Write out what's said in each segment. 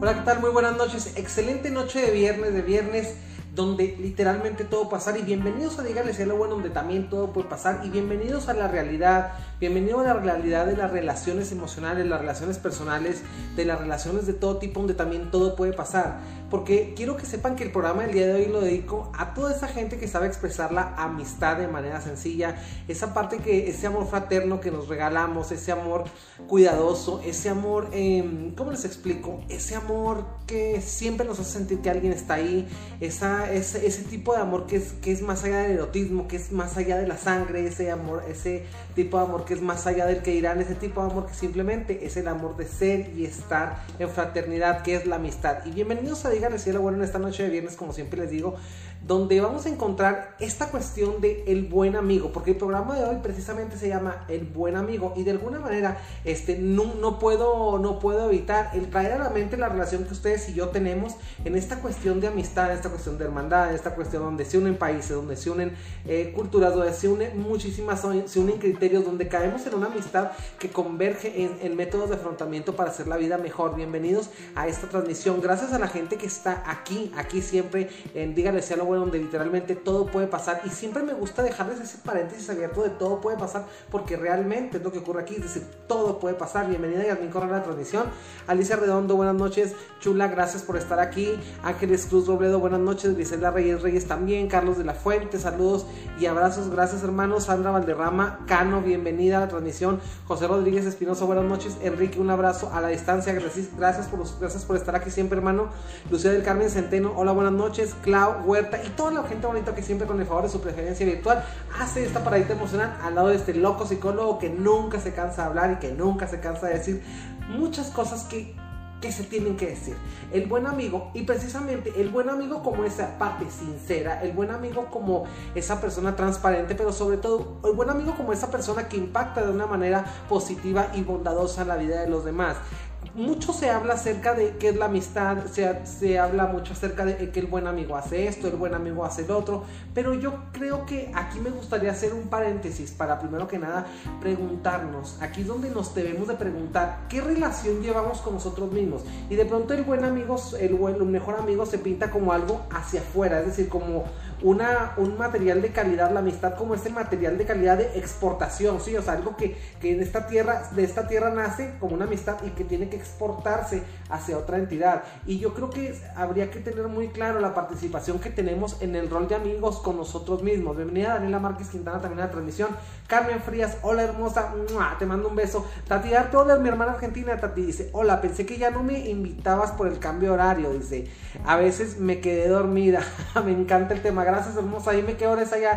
Hola, ¿qué tal? Muy buenas noches. Excelente noche de viernes donde literalmente todo pasar. Y bienvenidos a Dígale Cielo Bueno, donde también todo puede pasar. Y bienvenidos a la realidad. Bienvenido a la realidad de las relaciones emocionales, las relaciones personales, de las relaciones de todo tipo, donde también todo puede pasar. Porque quiero que sepan que el programa del día de hoy lo dedico a toda esa gente que sabe expresar la amistad de manera sencilla. Esa parte ese amor fraterno que nos regalamos, ese amor cuidadoso, ese amor, ¿cómo les explico? Ese amor que siempre nos hace sentir que alguien está ahí. Ese tipo de amor que es más allá del erotismo, que es más allá de la sangre, ese amor, ese tipo de amor que es más allá del que dirán, ese tipo de amor que simplemente es el amor de ser y estar en fraternidad, que es la amistad. Y bienvenidos a Dígale Cielo Bueno en esta noche de viernes, como siempre les digo, donde vamos a encontrar esta cuestión de el buen amigo, porque el programa de hoy precisamente se llama El Buen Amigo, y de alguna manera no puedo evitar el traer a la mente la relación que ustedes y yo tenemos en esta cuestión de amistad, en esta cuestión de hermandad, en esta cuestión donde se unen países, donde se unen culturas, donde se unen se unen criterios, donde caemos en una amistad que converge en métodos de afrontamiento para hacer la vida mejor. Bienvenidos a esta transmisión, gracias a la gente que está aquí siempre en Dígale Cielo Bueno, donde literalmente todo puede pasar. Y siempre me gusta dejarles ese paréntesis abierto de todo puede pasar, porque realmente es lo que ocurre aquí, es decir, todo puede pasar. Bienvenida Yasmin Corral a la transmisión. Alicia Redondo, buenas noches. Chula, gracias por estar aquí. Ángeles Cruz Robledo, buenas noches. Griselda Reyes también. Carlos de la Fuente, saludos y abrazos, gracias hermanos. Sandra Valderrama Cano, bienvenida a la transmisión. José Rodríguez Espinosa, buenas noches. Enrique, un abrazo a la distancia, gracias por estar aquí siempre, hermano. Lucía del Carmen Centeno, hola, buenas noches. Clau Huerta y toda la gente bonita que siempre, con el favor de su preferencia virtual, hace esta paradita emocional al lado de este loco psicólogo que nunca se cansa de hablar y que nunca se cansa de decir muchas cosas que se tienen que decir. El buen amigo, y precisamente el buen amigo como esa parte sincera, el buen amigo como esa persona transparente, pero sobre todo el buen amigo como esa persona que impacta de una manera positiva y bondadosa en la vida de los demás. Mucho se habla acerca de qué es la amistad, se habla mucho acerca de que el buen amigo hace esto, el buen amigo hace el otro, pero yo creo que aquí me gustaría hacer un paréntesis para, primero que nada, preguntarnos, aquí es donde nos debemos de preguntar qué relación llevamos con nosotros mismos. Y de pronto el buen amigo, el mejor amigo se pinta como algo hacia afuera, es decir, como un material de calidad, la amistad como ese material de calidad de exportación, ¿sí? O sea, algo que de esta tierra nace como una amistad y que tiene que exportarse hacia otra entidad. Y yo creo que habría que tener muy claro la participación que tenemos en el rol de amigos con nosotros mismos. Bienvenida Daniela Márquez Quintana también a la transmisión. Carmen Frías, hola hermosa, te mando un beso. Tati Artoler, mi hermana argentina, Tati dice, hola, pensé que ya no me invitabas por el cambio de horario, dice, a veces me quedé dormida. Me encanta el tema, gracias hermosa, ahí me quedo horas allá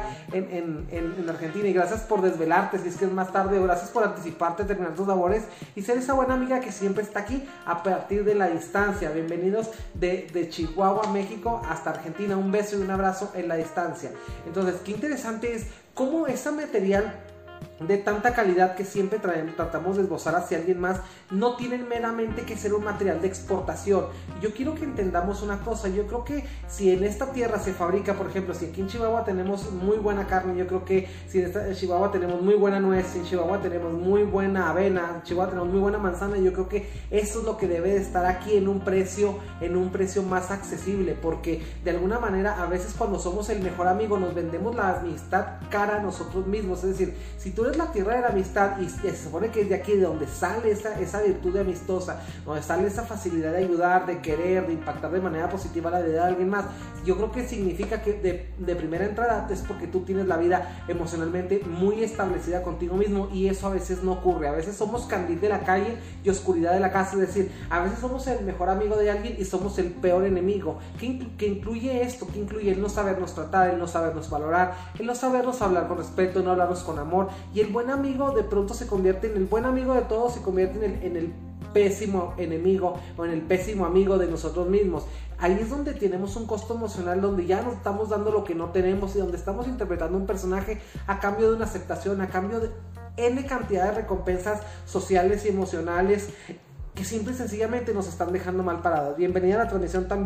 en Argentina, y gracias por desvelarte si es que es más tarde, gracias por anticiparte, terminar tus labores y ser esa buena amiga que siempre está aquí a partir de la distancia. Bienvenidos de Chihuahua, México hasta Argentina, un beso y un abrazo en la distancia. Entonces, qué interesante es cómo ese material de tanta calidad que siempre tratamos de esbozar hacia alguien más no tienen meramente que ser un material de exportación. Yo quiero que entendamos una cosa, yo creo que si en esta tierra se fabrica, por ejemplo, si aquí en Chihuahua tenemos muy buena carne, yo creo que si en Chihuahua tenemos muy buena nuez, si en Chihuahua tenemos muy buena avena, en Chihuahua tenemos muy buena manzana, yo creo que eso es lo que debe de estar aquí en un precio más accesible, porque de alguna manera a veces cuando somos el mejor amigo nos vendemos la amistad cara a nosotros mismos. Es decir, si tú eres la tierra de la amistad y se supone que es de aquí de donde sale esa virtud de amistosa, donde sale esa facilidad de ayudar, de querer, de impactar de manera positiva la vida de alguien más, yo creo que significa que de primera entrada es porque tú tienes la vida emocionalmente muy establecida contigo mismo, y eso a veces no ocurre. A veces somos candil de la calle y oscuridad de la casa, es decir, a veces somos el mejor amigo de alguien y somos el peor enemigo. ¿Qué incluye esto? ¿Qué incluye el no sabernos tratar, el no sabernos valorar, el no sabernos hablar con respeto, no hablarnos con amor? Y el buen amigo de pronto se convierte en el buen amigo de todos, se convierte en el pésimo enemigo o en el pésimo amigo de nosotros mismos. Ahí es donde tenemos un costo emocional, donde ya nos estamos dando lo que no tenemos y donde estamos interpretando un personaje a cambio de una aceptación, a cambio de N cantidad de recompensas sociales y emocionales que simple y sencillamente nos están dejando mal parados. Bienvenida a la transmisión también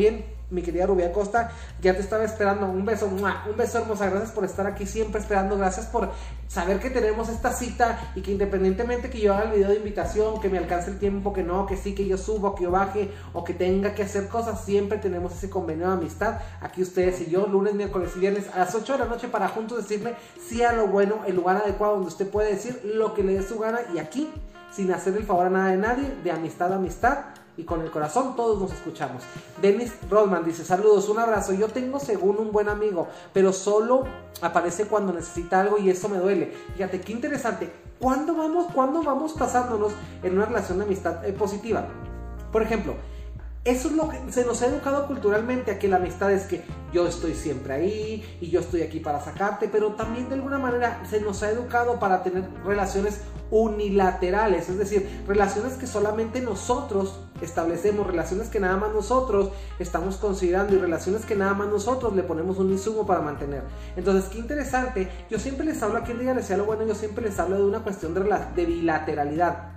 mi querida Rubia Costa, ya te estaba esperando. Un beso, ¡mua! Un beso hermosa, gracias por estar aquí siempre esperando, gracias por saber que tenemos esta cita y que independientemente que yo haga el video de invitación, que me alcance el tiempo, que no, que sí, que yo subo, que yo baje o que tenga que hacer cosas, siempre tenemos ese convenio de amistad, aquí ustedes y yo, lunes, miércoles y viernes a las 8 de la noche para juntos decirle sí a lo bueno, el lugar adecuado donde usted puede decir lo que le dé su gana y aquí, sin hacer el favor a nada de nadie, de amistad a amistad, y con el corazón todos nos escuchamos. Dennis Rodman dice, saludos, un abrazo, yo tengo según un buen amigo, pero solo aparece cuando necesita algo y eso me duele. Fíjate, qué interesante, ¿cuándo vamos pasándonos en una relación de amistad positiva? Por ejemplo, eso es lo que se nos ha educado culturalmente, a que la amistad es que yo estoy siempre ahí y yo estoy aquí para sacarte, pero también de alguna manera se nos ha educado para tener relaciones unilaterales, es decir, relaciones que solamente nosotros establecemos, relaciones que nada más nosotros estamos considerando y relaciones que nada más nosotros le ponemos un insumo para mantener. Entonces, qué interesante, yo siempre les hablo aquí en Dígale Sí a lo Bueno, yo siempre les hablo de una cuestión de bilateralidad,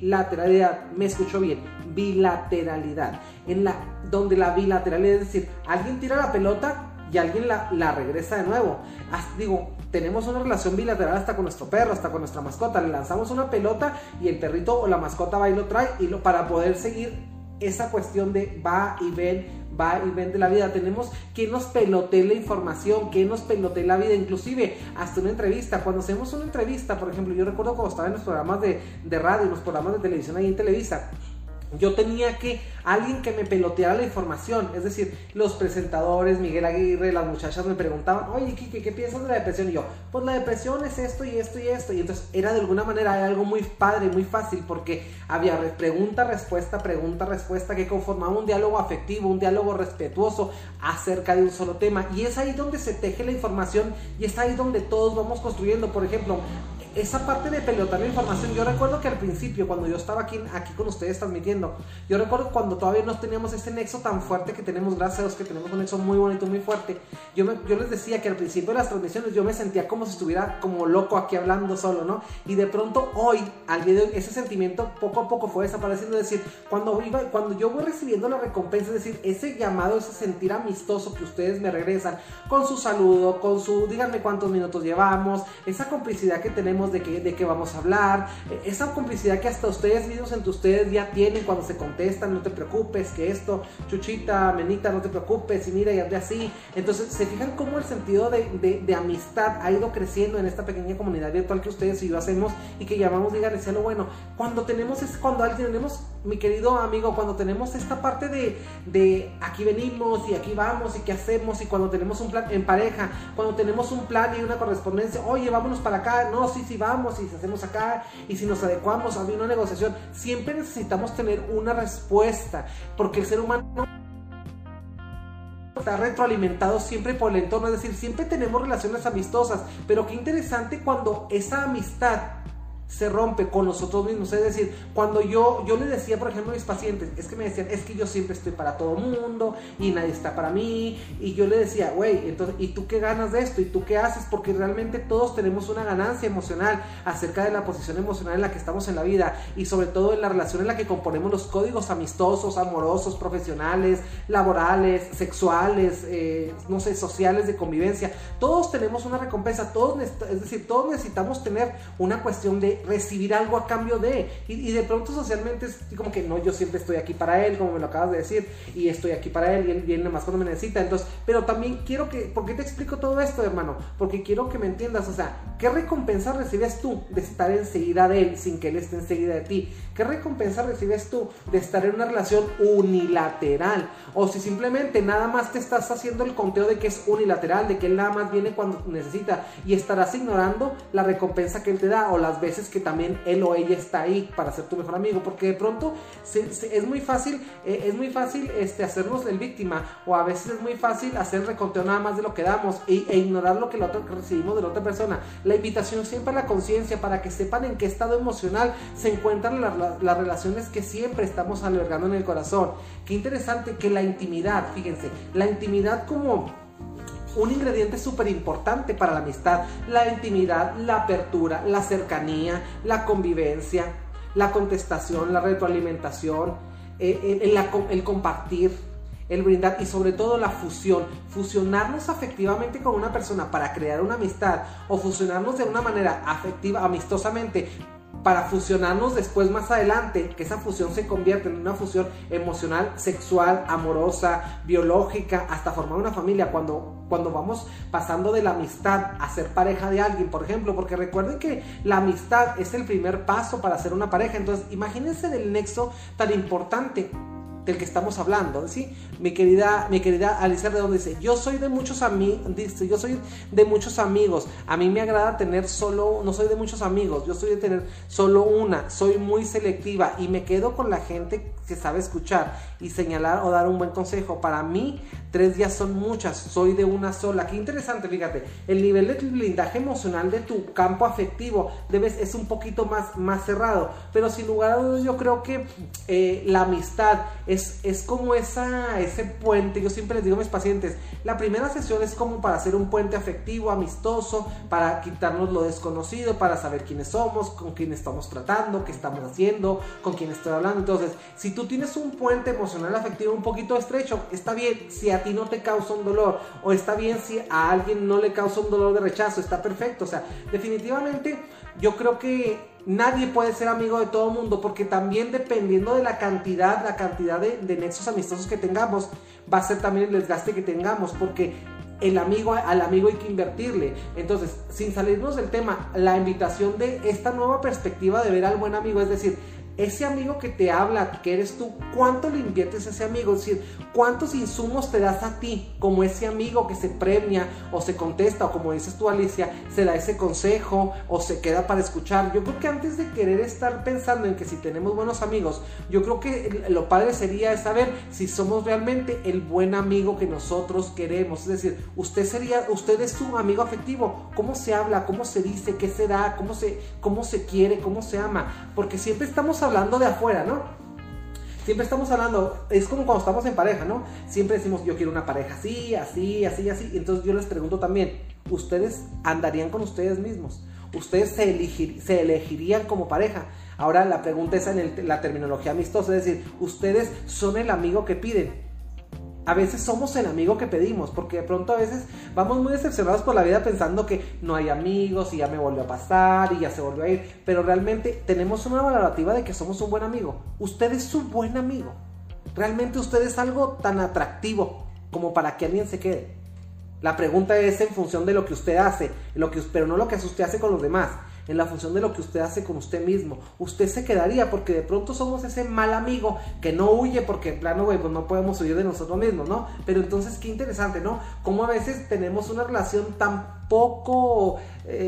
me escuchó bien, bilateralidad, donde la bilateralidad es decir, alguien tira la pelota y alguien la regresa de nuevo. Digo, tenemos una relación bilateral hasta con nuestro perro, hasta con nuestra mascota, le lanzamos una pelota y el perrito o la mascota va y lo trae para poder seguir esa cuestión de va y ven de la vida. Tenemos que nos pelotee la información, que nos pelotee la vida, inclusive hasta una entrevista. Cuando hacemos una entrevista, por ejemplo, yo recuerdo cuando estaba en los programas de radio, en los programas de televisión ahí en Televisa, yo tenía que alguien que me peloteara la información, es decir, los presentadores, Miguel Aguirre, las muchachas me preguntaban, oye, ¿qué piensas de la depresión? Y yo, pues la depresión es esto y esto y esto, y entonces era de alguna manera algo muy padre, muy fácil, porque había pregunta-respuesta, que conformaba un diálogo afectivo, un diálogo respetuoso acerca de un solo tema, y es ahí donde se teje la información, y es ahí donde todos vamos construyendo. Por ejemplo, esa parte de pelotar la información, yo recuerdo que al principio, cuando yo estaba aquí con ustedes transmitiendo, yo recuerdo cuando todavía no teníamos ese nexo tan fuerte que tenemos, gracias a Dios que tenemos un nexo muy bonito, muy fuerte, yo les decía que al principio de las transmisiones yo me sentía como si estuviera como loco aquí hablando solo, ¿no? Y de pronto hoy, al video, ese sentimiento poco a poco fue desapareciendo, es decir, cuando yo voy recibiendo la recompensa, es decir, ese llamado, ese sentir amistoso que ustedes me regresan, con su saludo, con su díganme cuántos minutos llevamos, esa complicidad que tenemos de qué vamos a hablar, esa complicidad que hasta ustedes mismos entre ustedes ya tienen cuando se contestan, no te preocupes, que esto, Chuchita, Menita, no te preocupes, y mira, y ande así. Entonces, se fijan cómo el sentido de amistad ha ido creciendo en esta pequeña comunidad virtual que ustedes y yo hacemos y que llamamos Dígale Sí a lo Bueno. Cuando tenemos, mi querido amigo, cuando tenemos esta parte de aquí venimos y aquí vamos y qué hacemos, y cuando tenemos un plan en pareja, cuando tenemos un plan y una correspondencia, oye, vámonos para acá, no, sí, vamos, y si hacemos acá, y si nos adecuamos, había una negociación, siempre necesitamos tener una respuesta, porque el ser humano está retroalimentado siempre por el entorno, es decir, siempre tenemos relaciones amistosas, pero qué interesante cuando esa amistad se rompe con nosotros mismos. Es decir, cuando yo le decía, por ejemplo, a mis pacientes, es que me decían, es que yo siempre estoy para todo mundo y nadie está para mí, y yo le decía, güey, entonces, ¿y tú qué ganas de esto? ¿Y tú qué haces? Porque realmente todos tenemos una ganancia emocional acerca de la posición emocional en la que estamos en la vida, y sobre todo en la relación en la que componemos los códigos amistosos, amorosos, profesionales, laborales, sexuales, no sé, sociales, de convivencia. Todos tenemos una recompensa, es decir, todos necesitamos tener una cuestión de recibir algo a cambio de, y de pronto socialmente es como que no, yo siempre estoy aquí para él, como me lo acabas de decir, y estoy aquí para él, y él viene más cuando me necesita. Entonces, pero también quiero ¿por qué te explico todo esto, hermano? Porque quiero que me entiendas, o sea, ¿qué recompensa recibes tú de estar enseguida de él sin que él esté enseguida de ti? ¿Qué recompensa recibes tú de estar en una relación unilateral? O si simplemente nada más te estás haciendo el conteo de que es unilateral, de que él nada más viene cuando necesita, y estarás ignorando la recompensa que él te da, o las veces que también él o ella está ahí para ser tu mejor amigo, porque de pronto es muy fácil hacernos el víctima, o a veces es muy fácil hacer el reconteo nada más de lo que damos e ignorar lo que recibimos de la otra persona. La invitación siempre a la conciencia, para que sepan en qué estado emocional se encuentran las relaciones que siempre estamos albergando en el corazón. Qué interesante que la intimidad, fíjense, la intimidad como un ingrediente súper importante para la amistad, la intimidad, la apertura, la cercanía, la convivencia, la contestación, la retroalimentación, el compartir, el brindar y sobre todo la fusión, fusionarnos afectivamente con una persona para crear una amistad o fusionarnos de una manera afectiva, amistosamente, para fusionarnos después más adelante, que esa fusión se convierte en una fusión emocional, sexual, amorosa, biológica, hasta formar una familia, cuando vamos pasando de la amistad a ser pareja de alguien, por ejemplo, porque recuerden que la amistad es el primer paso para ser una pareja. Entonces imagínense el nexo tan importante del que estamos hablando, ¿sí? Mi querida Alicia Redondo dice, yo soy de muchos amigos, a mí me agrada tener solo, no soy de muchos amigos, yo soy de tener solo una, soy muy selectiva y me quedo con la gente que sabe escuchar y señalar o dar un buen consejo. Para mí 3 días son muchas, soy de una sola. Qué interesante, fíjate, el nivel de blindaje emocional de tu campo afectivo es un poquito más cerrado, pero sin lugar a dudas yo creo que la amistad es como ese puente. Yo siempre les digo a mis pacientes, la primera sesión es como para hacer un puente afectivo, amistoso, para quitarnos lo desconocido, para saber quiénes somos, con quién estamos tratando, qué estamos haciendo, con quién estoy hablando. Entonces, si tú tienes un puente emocional afectivo un poquito estrecho, está bien si a ti no te causa un dolor, o está bien si a alguien no le causa un dolor de rechazo, está perfecto. O sea, definitivamente yo creo que nadie puede ser amigo de todo el mundo, porque también dependiendo de la cantidad de nexos amistosos que tengamos, va a ser también el desgaste que tengamos, porque al amigo hay que invertirle. Entonces, sin salirnos del tema, la invitación de esta nueva perspectiva de ver al buen amigo, es decir, ese amigo que te habla, que eres tú, ¿cuánto le inviertes a ese amigo? Es decir, ¿cuántos insumos te das a ti como ese amigo que se premia o se contesta, o como dices tú, Alicia, se da ese consejo o se queda para escuchar? Yo creo que antes de querer estar pensando en que si tenemos buenos amigos, yo creo que lo padre sería saber si somos realmente el buen amigo que nosotros queremos. Es decir, usted es su amigo afectivo. ¿Cómo se habla? ¿Cómo se dice? ¿Qué se da? ¿Cómo se quiere? ¿Cómo se ama? Porque siempre estamos hablando de afuera, ¿no? Siempre estamos hablando, es como cuando estamos en pareja, ¿no? Siempre decimos, yo quiero una pareja así, así, así, así. Entonces yo les pregunto también, ¿ustedes andarían con ustedes mismos? ¿Ustedes se elegirían como pareja? Ahora la pregunta es en la terminología amistosa, es decir, ¿ustedes son el amigo que piden? A veces somos el amigo que pedimos, porque de pronto a veces vamos muy decepcionados por la vida pensando que no hay amigos y ya me volvió a pasar y ya se volvió a ir, pero realmente tenemos una valorativa de que somos un buen amigo. Usted es un buen amigo. Realmente usted es algo tan atractivo como para que alguien se quede. La pregunta es en función de lo que usted hace, pero no lo que usted hace con los demás. En la función de lo que usted hace con usted mismo, usted se quedaría, porque de pronto somos ese mal amigo que no huye, porque en plano, güey, pues no podemos huir de nosotros mismos, ¿no? Pero entonces qué interesante, ¿no? Cómo a veces tenemos una relación tan poco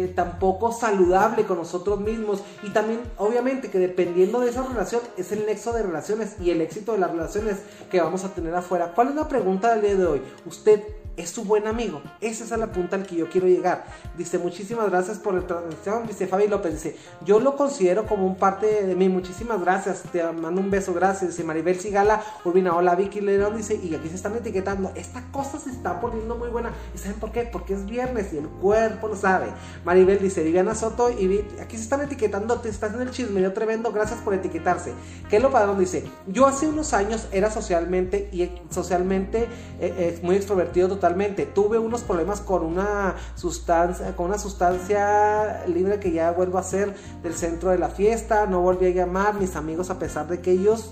saludable con nosotros mismos, y también obviamente que dependiendo de esa relación es el nexo de relaciones y el éxito de las relaciones que vamos a tener afuera. ¿Cuál es la pregunta del día de hoy? ¿Usted es su buen amigo? Esa es la punta al que yo quiero llegar. Dice, muchísimas gracias por la transmisión. Dice Fabi López, dice, yo lo considero como un parte de mí. Muchísimas gracias, te mando un beso, gracias. Dice Maribel Sigala Urbina, hola Vicky Lerón, dice, y aquí se están etiquetando. Esta cosa se está poniendo muy buena. ¿Y saben por qué? Porque es viernes y el cuerpo lo sabe. Maribel dice, Viviana Soto, y aquí se están etiquetando, te estás en el chisme, tremendo, gracias por etiquetarse. Kelo Padrón dice, yo hace unos años era socialmente muy extrovertido totalmente. Tuve unos problemas con una sustancia libre que ya vuelvo a ser del centro de la fiesta. No volví a llamar mis amigos a pesar de que aquellos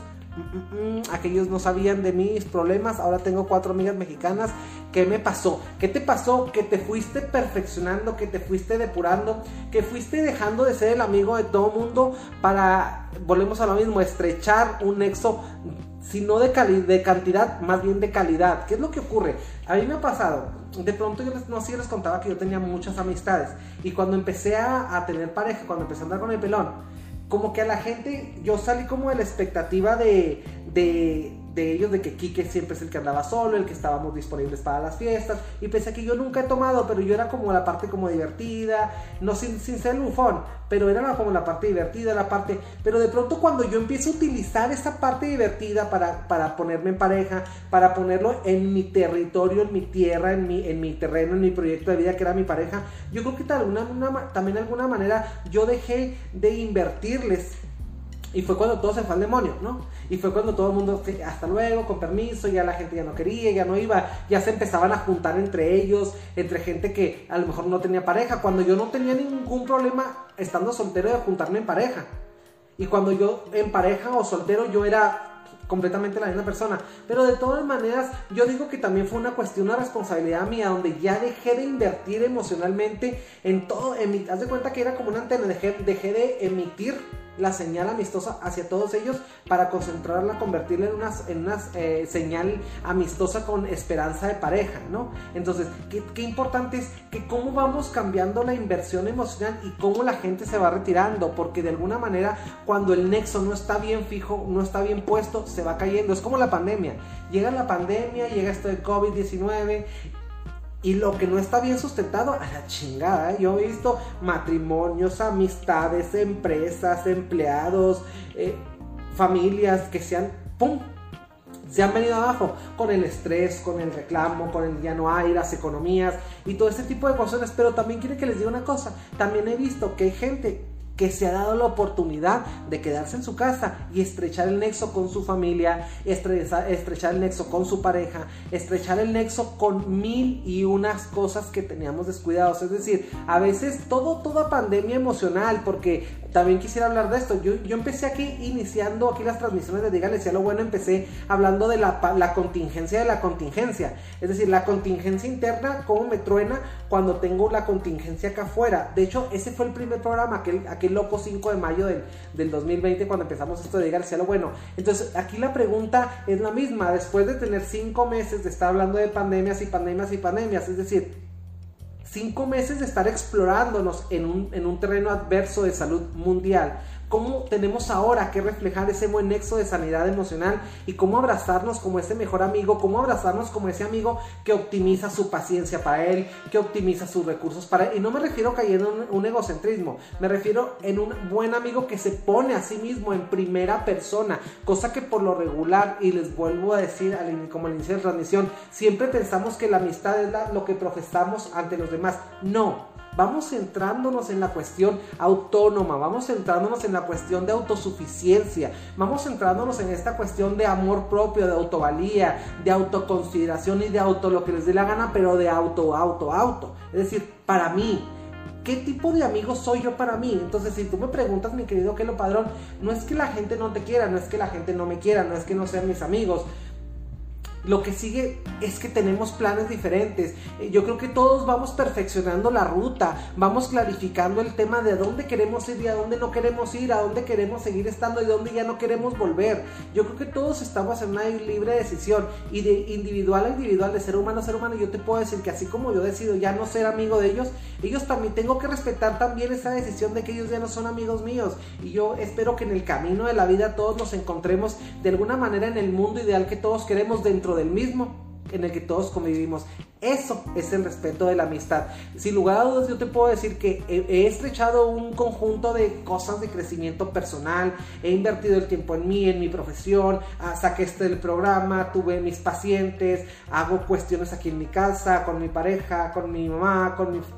no sabían de mis problemas. Ahora tengo 4 amigas mexicanas. ¿Qué me pasó? ¿Qué te pasó? Que te fuiste perfeccionando, que te fuiste depurando, que fuiste dejando de ser el amigo de todo mundo para, volvemos a lo mismo, estrechar un nexo, si no de cantidad, más bien de calidad. ¿Qué es lo que ocurre? A mí me ha pasado, de pronto yo les contaba que yo tenía muchas amistades, y cuando empecé a tener pareja, cuando empecé a andar con el pelón, como que a la gente, yo salí como de la expectativa de ellos, de que Quique siempre es el que andaba solo, el que estábamos disponibles para las fiestas, y pensé que yo nunca he tomado, pero yo era como la parte como divertida, no sin ser lufón, pero era como la parte divertida, pero de pronto cuando yo empiezo a utilizar esa parte divertida para ponerme en pareja, para ponerlo en mi territorio, en mi tierra, en mi terreno, en mi proyecto de vida que era mi pareja, yo creo que también de alguna manera yo dejé de invertirles Y fue cuando todo se fue al demonio, ¿no? Y fue cuando todo el mundo, hasta luego, con permiso, ya la gente ya no quería, ya no iba, ya se empezaban a juntar entre ellos, entre gente que a lo mejor no tenía pareja, cuando yo no tenía ningún problema estando soltero de juntarme en pareja. Y cuando yo en pareja o soltero yo era completamente la misma persona. Pero de todas maneras yo digo que también fue una cuestión, una responsabilidad mía, donde ya dejé de invertir emocionalmente en todo. Haz de cuenta que era como una antena, dejé de emitir la señal amistosa hacia todos ellos para concentrarla, convertirla en una señal amistosa con esperanza de pareja, ¿no? Entonces, qué importante es que cómo vamos cambiando la inversión emocional y cómo la gente se va retirando, porque de alguna manera cuando el nexo no está bien fijo, no está bien puesto, se va cayendo. Es como la pandemia. Llega la pandemia, llega esto de COVID-19 y lo que no está bien sustentado, a la chingada, ¿eh? Yo he visto matrimonios, amistades, empresas, empleados, familias que se han venido abajo con el estrés, con el reclamo, con el ya no hay, las economías y todo ese tipo de cosas. Pero también quiero que les diga una cosa, también he visto que hay gente que se ha dado la oportunidad de quedarse en su casa y estrechar el nexo con su familia, estrechar el nexo con su pareja, estrechar el nexo con mil y unas cosas que teníamos descuidados. Es decir, a veces toda pandemia emocional, porque también quisiera hablar de esto. Yo empecé aquí iniciando aquí las transmisiones de Dígale Sí a lo Bueno, empecé hablando de la contingencia de la contingencia. Es decir, la contingencia interna, cómo me truena cuando tengo la contingencia acá afuera. De hecho, ese fue el primer programa, aquel loco 5 de mayo del 2020, cuando empezamos esto de Dígale Sí a lo Bueno. Entonces, aquí la pregunta es la misma. Después de tener 5 meses de estar hablando de pandemias y pandemias y pandemias, es decir, 5 meses de estar explorándonos en un terreno adverso de salud mundial, cómo tenemos ahora que reflejar ese buen nexo de sanidad emocional y cómo abrazarnos como ese mejor amigo, cómo abrazarnos como ese amigo que optimiza su paciencia para él, que optimiza sus recursos para él. Y no me refiero cayendo en un egocentrismo, me refiero en un buen amigo que se pone a sí mismo en primera persona, cosa que por lo regular, y les vuelvo a decir como al inicio de la transmisión, siempre pensamos que la amistad es lo que profesamos ante los demás. No. Vamos centrándonos en la cuestión autónoma, vamos centrándonos en la cuestión de autosuficiencia, vamos centrándonos en esta cuestión de amor propio, de autovalía, de autoconsideración y de lo que les dé la gana, pero de auto. Es decir, para mí, ¿qué tipo de amigo soy yo para mí? Entonces, si tú me preguntas, mi querido Kelo Padrón, no es que la gente no te quiera, no es que la gente no me quiera, no es que no sean mis amigos. Lo que sigue es que tenemos planes diferentes. Yo creo que todos vamos perfeccionando la ruta, vamos clarificando el tema de a dónde queremos ir y a dónde no queremos ir, a dónde queremos seguir estando y dónde ya no queremos volver. Yo creo que todos estamos en una libre decisión, y de individual a individual, de ser humano a ser humano. Yo te puedo decir que así como yo decido ya no ser amigo de ellos, ellos también tengo que respetar también esa decisión de que ellos ya no son amigos míos. Y yo espero que en el camino de la vida todos nos encontremos de alguna manera en el mundo ideal que todos queremos, dentro del mismo en el que todos convivimos. Eso es el respeto de la amistad. Sin lugar a dudas, yo te puedo decir que he estrechado un conjunto de cosas de crecimiento personal, he invertido el tiempo en mí, en mi profesión, saqué del programa, tuve mis pacientes, hago cuestiones aquí en mi casa, con mi pareja, con mi mamá,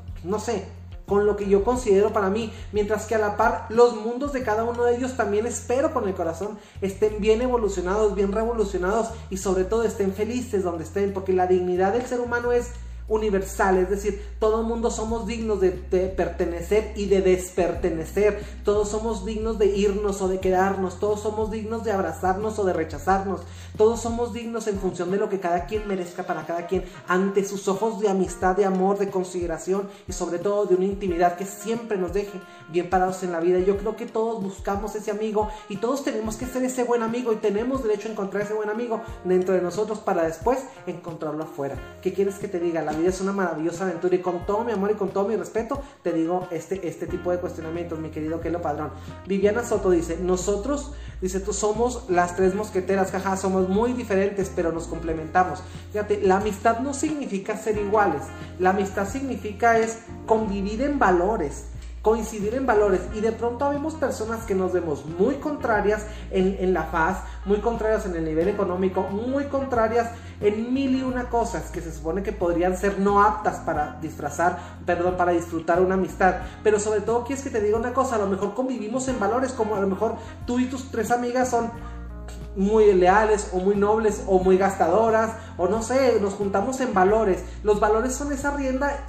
con lo que yo considero para mí, mientras que a la par los mundos de cada uno de ellos también espero con el corazón estén bien evolucionados, bien revolucionados, y sobre todo estén felices donde estén, porque la dignidad del ser humano es universal. Es decir, todo el mundo somos dignos de pertenecer y de despertenecer, todos somos dignos de irnos o de quedarnos, todos somos dignos de abrazarnos o de rechazarnos, todos somos dignos en función de lo que cada quien merezca para cada quien, ante sus ojos de amistad, de amor, de consideración y sobre todo de una intimidad que siempre nos deje bien parados en la vida. Yo creo que todos buscamos ese amigo y todos tenemos que ser ese buen amigo, y tenemos derecho a encontrar ese buen amigo dentro de nosotros para después encontrarlo afuera. ¿Qué quieres que te diga? La vida es una maravillosa aventura, y con todo mi amor y con todo mi respeto te digo este tipo de cuestionamientos, mi querido Kelo Padrón. Viviana Soto dice: nosotros, dice, tú somos las tres mosqueteras, jaja, somos muy diferentes pero nos complementamos. Fíjate, la amistad no significa ser iguales, la amistad significa es convivir en valores. coincidir en valores, y de pronto vemos personas que nos vemos muy contrarias en la faz, muy contrarias en el nivel económico, muy contrarias en mil y una cosas que se supone que podrían ser no aptas para para disfrutar una amistad. Pero sobre todo, quieres que te diga una cosa, a lo mejor convivimos en valores, como a lo mejor tú y tus 3 amigas son muy leales o muy nobles o muy gastadoras, o no sé, nos juntamos en valores. Los valores son esa rienda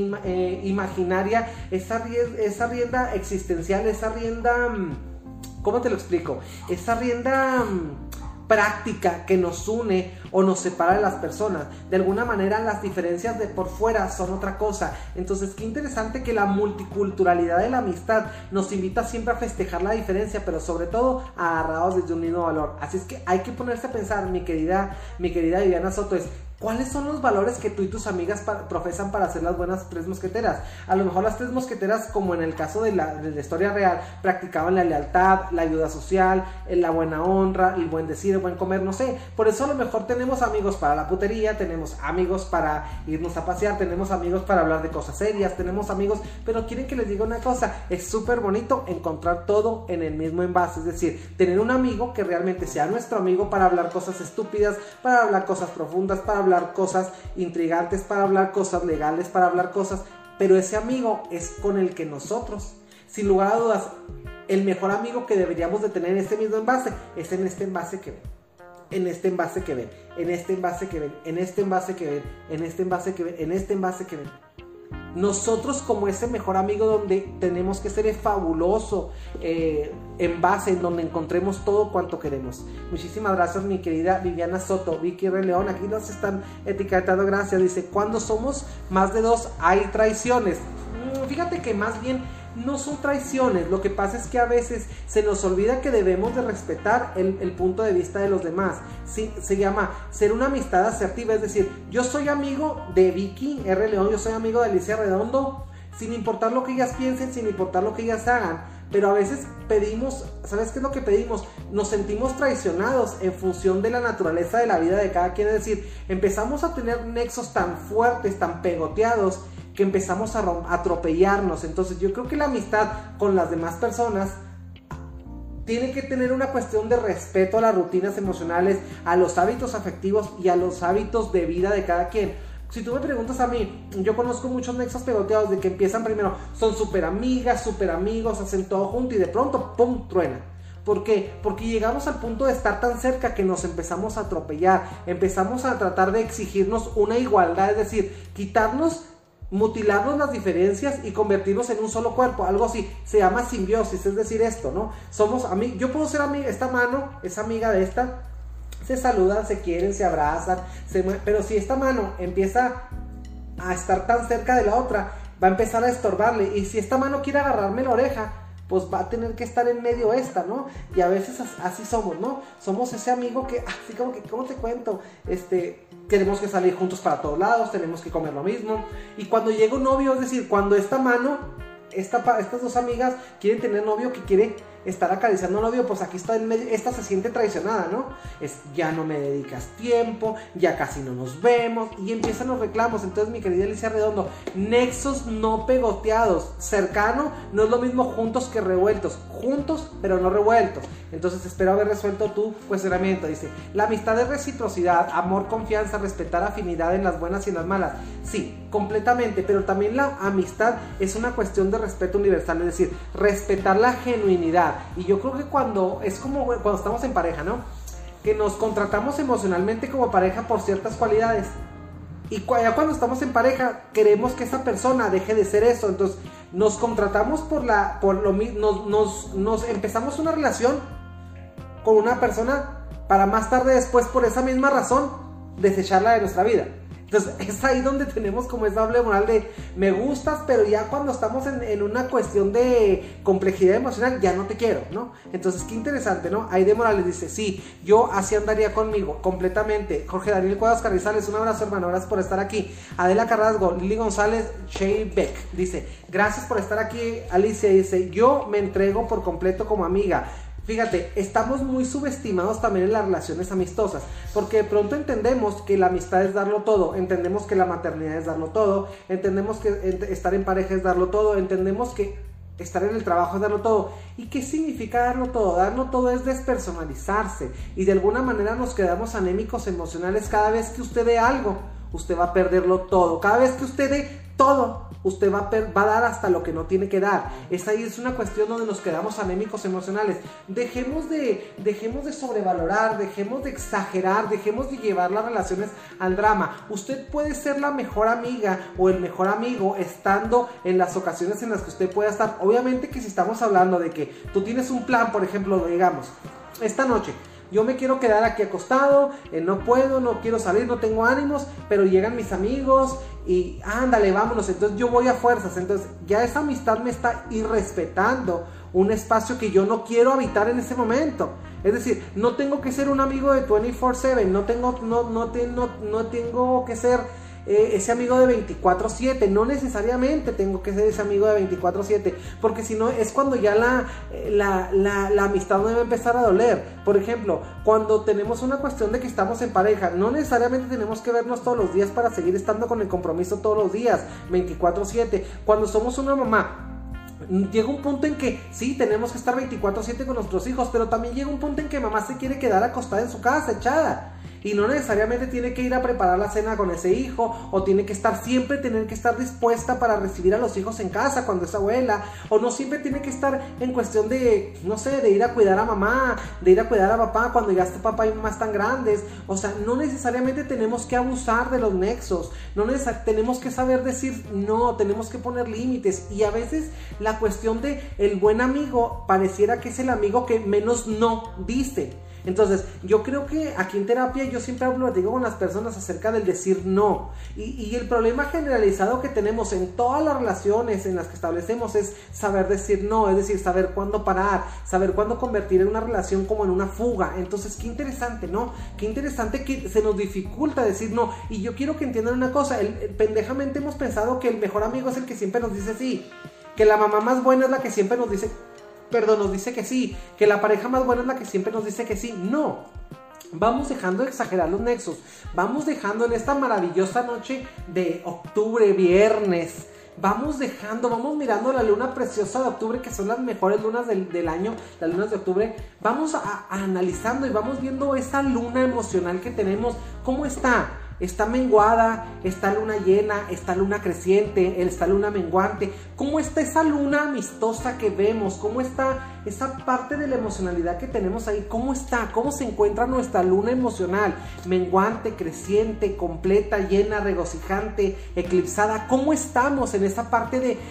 imaginaria, esa rienda existencial, esa rienda, ¿cómo te lo explico? Esa rienda práctica que nos une o nos separa de las personas. De alguna manera las diferencias de por fuera son otra cosa. Entonces qué interesante que la multiculturalidad de la amistad nos invita siempre a festejar la diferencia, pero sobre todo agarrados desde un mismo valor. Así es que hay que ponerse a pensar, mi querida Viviana Soto, ¿cuáles son los valores que tú y tus amigas profesan para ser las buenas 3 mosqueteras? A lo mejor las 3 mosqueteras, como en el caso de la historia real, practicaban la lealtad, la ayuda social, la buena honra, el buen decir, el buen comer, no sé. Por eso a lo mejor tenemos amigos para la putería, tenemos amigos para irnos a pasear, tenemos amigos para hablar de cosas serias, tenemos amigos, pero quieren que les diga una cosa, es súper bonito encontrar todo en el mismo envase, es decir, tener un amigo que realmente sea nuestro amigo para hablar cosas estúpidas, para hablar cosas profundas, para hablar cosas intrigantes, para hablar cosas legales, para hablar cosas, pero ese amigo es con el que nosotros, sin lugar a dudas, el mejor amigo que deberíamos de tener en este mismo envase es en este envase que ven, en este envase que ven, en este envase que ven, en este envase que ven, en este envase que ven, en este envase que ven. Nosotros como ese mejor amigo donde tenemos que ser el fabuloso envase en donde encontremos todo cuanto queremos. Muchísimas gracias, mi querida Viviana Soto. Vicky R. León, aquí nos están etiquetando, gracias. Dice, cuando somos más de 2 hay traiciones. Fíjate que más bien no son traiciones, lo que pasa es que a veces se nos olvida que debemos de respetar el punto de vista de los demás. Sí, se llama ser una amistad asertiva, es decir, yo soy amigo de Vicky R. León, yo soy amigo de Alicia Redondo, sin importar lo que ellas piensen, sin importar lo que ellas hagan, pero a veces pedimos, ¿sabes qué es lo que pedimos? Nos sentimos traicionados en función de la naturaleza de la vida de cada quien, es decir, empezamos a tener nexos tan fuertes, tan pegoteados, que empezamos a atropellarnos. Entonces yo creo que la amistad con las demás personas tiene que tener una cuestión de respeto a las rutinas emocionales, a los hábitos afectivos y a los hábitos de vida de cada quien. Si tú me preguntas a mí, yo conozco muchos nexos pegoteados de que empiezan primero, son súper amigas, súper amigos, hacen todo junto y de pronto, ¡pum!, truena. ¿Por qué? Porque llegamos al punto de estar tan cerca que nos empezamos a atropellar, empezamos a tratar de exigirnos una igualdad, es decir, mutilarnos las diferencias y convertirnos en un solo cuerpo, algo así, se llama simbiosis, es decir, esto, ¿no? Yo puedo ser amiga, esta mano es amiga de esta, se saludan, se quieren, se abrazan, pero si esta mano empieza a estar tan cerca de la otra, va a empezar a estorbarle, y si esta mano quiere agarrarme la oreja, pues va a tener que estar en medio esta, ¿no? Y a veces así somos, ¿no? Somos ese amigo que, así como que, ¿cómo te cuento? Tenemos que salir juntos para todos lados, tenemos que comer lo mismo. Y cuando llega un novio, es decir, cuando esta mano, estas 2 amigas quieren tener novio, que quiere estar acariciando al novio, pues aquí está en medio, esta se siente traicionada, ¿no? Ya no me dedicas tiempo, ya casi no nos vemos, y empiezan los reclamos. Entonces, mi querida Alicia Redondo, nexos no pegoteados, cercano no es lo mismo juntos que revueltos, juntos pero no revueltos. Entonces espero haber resuelto tu cuestionamiento. Dice, la amistad es reciprocidad, amor, confianza, respetar afinidad en las buenas y en las malas. Sí, completamente, pero también la amistad es una cuestión de respeto universal, es decir, respetar la genuinidad. Y yo creo que cuando estamos en pareja, ¿no? Que nos contratamos emocionalmente como pareja por ciertas cualidades. Y ya cuando estamos en pareja queremos que esa persona deje de ser eso. Entonces nos contratamos nos empezamos una relación con una persona para más tarde después, por esa misma razón, desecharla de nuestra vida. Entonces es ahí donde tenemos como esa doble moral de me gustas, pero ya cuando estamos en una cuestión de complejidad emocional ya no te quiero, ¿no? Entonces qué interesante, ¿no? Aide Morales dice, sí, yo así andaría conmigo, completamente. Jorge Daniel Cuadros Carrizales, un abrazo, hermano, gracias por estar aquí. Adela Carrasco, Lili González, Shay Beck, dice, gracias por estar aquí. Alicia dice, yo me entrego por completo como amiga. Fíjate, estamos muy subestimados también en las relaciones amistosas, porque de pronto entendemos que la amistad es darlo todo, entendemos que la maternidad es darlo todo, entendemos que estar en pareja es darlo todo, entendemos que Estar en el trabajo es darlo todo. ¿Y qué significa darlo todo? Darlo todo es despersonalizarse. Y de alguna manera nos quedamos anémicos emocionales. Cada vez que usted dé algo, usted va a perderlo todo. Cada vez que usted dé todo, usted va a dar hasta lo que no tiene que dar. Ahí es una cuestión donde nos quedamos anémicos emocionales. Dejemos de sobrevalorar, dejemos de exagerar, dejemos de llevar las relaciones al drama. Usted puede ser la mejor amiga o el mejor amigo estando en las ocasiones en las que usted pueda estar. Obviamente que si estamos hablando de que tú tienes un plan, por ejemplo, digamos, esta noche yo me quiero quedar aquí acostado, no puedo, no quiero salir, no tengo ánimos, pero llegan mis amigos y ándale, vámonos, entonces yo voy a fuerzas. Entonces ya esa amistad me está irrespetando un espacio que yo no quiero habitar en ese momento. Es decir, no tengo que ser un amigo de 24/7, no tengo que ser ese amigo de 24/7, no necesariamente tengo que ser ese amigo de 24/7, porque si no es cuando ya la amistad no debe empezar a doler. Por ejemplo, cuando tenemos una cuestión de que estamos en pareja, no necesariamente tenemos que vernos todos los días para seguir estando con el compromiso todos los días, 24/7. Cuando somos una mamá, llega un punto en que sí, tenemos que estar 24/7 con nuestros hijos, pero también llega un punto en que mamá se quiere quedar acostada en su casa, echada. Y no necesariamente tiene que ir a preparar la cena con ese hijo, o tiene que estar dispuesta para recibir a los hijos en casa cuando es abuela, o no siempre tiene que estar en cuestión de, no sé, de ir a cuidar a mamá, de ir a cuidar a papá cuando ya este papá y mamá están grandes. O sea, no necesariamente tenemos que abusar de los nexos, tenemos que saber decir no, tenemos que poner límites. Y a veces la cuestión de el buen amigo pareciera que es el amigo que menos no dice. Entonces, yo creo que aquí en terapia yo siempre platico con las personas acerca del decir no. Y el problema generalizado que tenemos en todas las relaciones en las que establecemos es saber decir no, es decir, saber cuándo parar, saber cuándo convertir en una relación como en una fuga. Entonces, qué interesante, ¿no? Qué interesante que se nos dificulta decir no. Y yo quiero que entiendan una cosa, pendejamente hemos pensado que el mejor amigo es el que siempre nos dice sí, que la mamá más buena es la que siempre nos dice que sí, que la pareja más buena es la que siempre nos dice que sí. No, vamos dejando de exagerar los nexos, vamos dejando en esta maravillosa noche de octubre, viernes, vamos mirando la luna preciosa de octubre, que son las mejores lunas del año, las lunas de octubre. Vamos analizando y vamos viendo esa luna emocional que tenemos, cómo está. Está menguada, está luna llena, está luna creciente, está luna menguante. ¿Cómo está esa luna amistosa que vemos? ¿Cómo está esa parte de la emocionalidad que tenemos ahí? ¿Cómo está? ¿Cómo se encuentra nuestra luna emocional? Menguante, creciente, completa, llena, regocijante, eclipsada. ¿Cómo estamos en esa parte de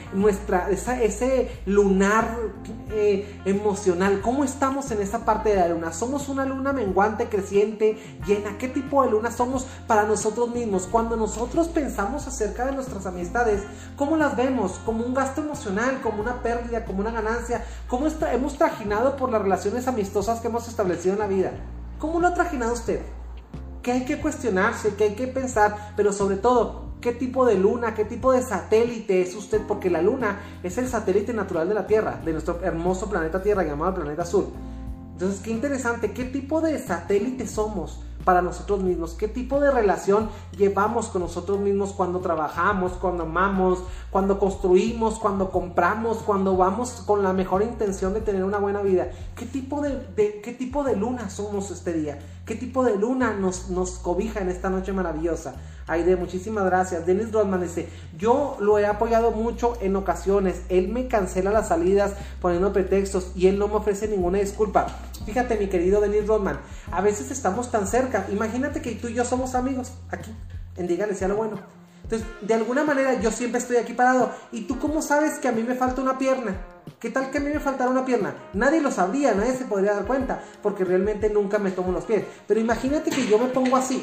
ese lunar emocional? ¿Cómo estamos en esa parte de la luna? ¿Somos una luna menguante, creciente, llena? ¿Qué tipo de luna somos para nosotros mismos? Cuando nosotros pensamos acerca de nuestras amistades, ¿cómo las vemos? ¿Como un gasto emocional, como una pérdida, como una ganancia? ¿Cómo hemos trajinado por las relaciones amistosas que hemos establecido en la vida? ¿Cómo lo ha trajinado usted? ¿Qué hay que cuestionarse? ¿Qué hay que pensar? Pero sobre todo, ¿qué tipo de luna, qué tipo de satélite es usted? Porque la luna es el satélite natural de la Tierra, de nuestro hermoso planeta Tierra llamado el planeta azul. Entonces, qué interesante, ¿qué tipo de satélite somos para nosotros mismos? ¿Qué tipo de relación llevamos con nosotros mismos cuando trabajamos, cuando amamos, cuando construimos, cuando compramos, cuando vamos con la mejor intención de tener una buena vida? ¿Qué tipo de luna somos este día? ¿Qué tipo de luna nos cobija en esta noche maravillosa? Aide, muchísimas gracias. Dennis Rodman dice, yo lo he apoyado mucho en ocasiones, él me cancela las salidas poniendo pretextos y él no me ofrece ninguna disculpa. Fíjate, mi querido Dennis Rodman, a veces estamos tan cerca. Imagínate que tú y yo somos amigos aquí en Dígale Sí a lo Bueno. Entonces, de alguna manera yo siempre estoy aquí parado. ¿Y tú cómo sabes que a mí me falta una pierna? ¿Qué tal que a mí me faltara una pierna? Nadie lo sabría, nadie se podría dar cuenta, porque realmente nunca me tomo los pies. Pero imagínate que yo me pongo así.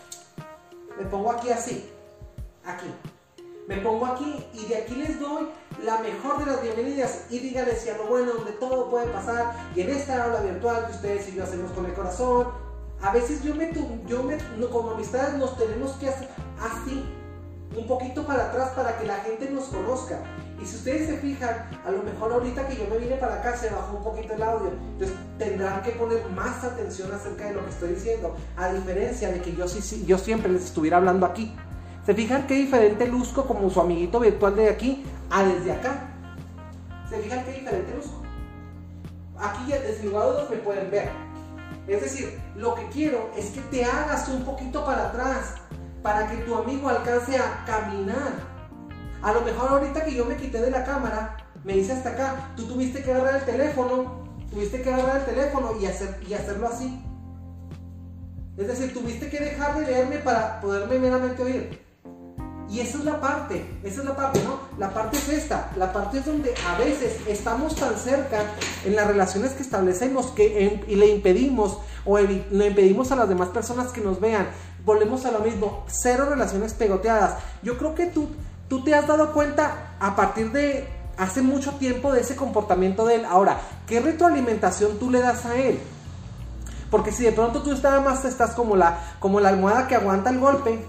Me pongo aquí así. Aquí. Me pongo aquí y de aquí les doy la mejor de las bienvenidas y Dígale Sí a lo Bueno, donde todo puede pasar. Y en esta aula virtual que ustedes y yo hacemos con el corazón, a veces como amistades nos tenemos que hacer así, un poquito para atrás para que la gente nos conozca. Y si ustedes se fijan, a lo mejor ahorita que yo me vine para acá se bajó un poquito el audio, entonces tendrán que poner más atención acerca de lo que estoy diciendo, a diferencia de que yo siempre les estuviera hablando aquí. ¿Se fijan qué diferente luzco como su amiguito virtual de aquí a desde acá? ¿Se fijan qué diferente luzco? Aquí ya desde lugar de dudas me pueden ver. Es decir, lo que quiero es que te hagas un poquito para atrás para que tu amigo alcance a caminar. A lo mejor ahorita que yo me quité de la cámara, me hice hasta acá, tú tuviste que agarrar el teléfono y hacerlo así. Es decir, tuviste que dejar de verme para poderme meramente oír. Y esa es la parte, ¿no? La parte es esta, la parte es donde a veces estamos tan cerca en las relaciones que establecemos y le impedimos le impedimos a las demás personas que nos vean. Volvemos a lo mismo, cero relaciones pegoteadas. Yo creo que tú te has dado cuenta a partir de hace mucho tiempo de ese comportamiento de él. Ahora, ¿qué retroalimentación tú le das a él? Porque si de pronto tú nada más estás como la almohada que aguanta el golpe,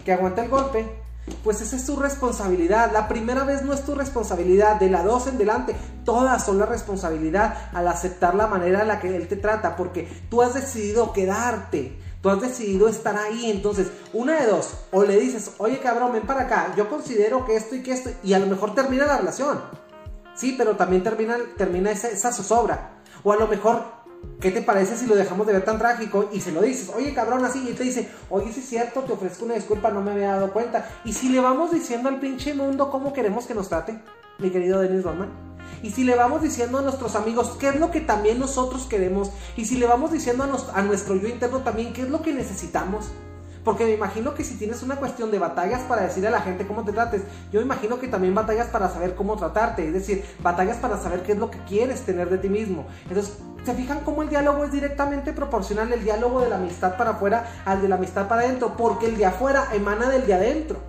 pues esa es tu responsabilidad. La primera vez no es tu responsabilidad, de la 2 en delante, todas son la responsabilidad al aceptar la manera en la que él te trata, porque tú has decidido quedarte, tú has decidido estar ahí. Entonces, una de dos, o le dices, oye cabrón, ven para acá, yo considero que esto, y a lo mejor termina la relación, sí, pero también termina esa zozobra, o a lo mejor, ¿qué te parece si lo dejamos de ver tan trágico? Y se lo dices, oye cabrón, así, y él te dice, oye, sí es cierto, te ofrezco una disculpa, no me había dado cuenta. Y si le vamos diciendo al pinche mundo cómo queremos que nos trate, mi querido Dennis Rodman, y si le vamos diciendo a nuestros amigos qué es lo que también nosotros queremos, y si le vamos diciendo a nuestro yo interno también qué es lo que necesitamos. Porque me imagino que si tienes una cuestión de batallas para decirle a la gente cómo te trates, yo me imagino que también batallas para saber cómo tratarte, es decir, batallas para saber qué es lo que quieres tener de ti mismo. Entonces, ¿se fijan cómo el diálogo es directamente proporcional, el diálogo de la amistad para afuera al de la amistad para adentro? Porque el de afuera emana del de adentro.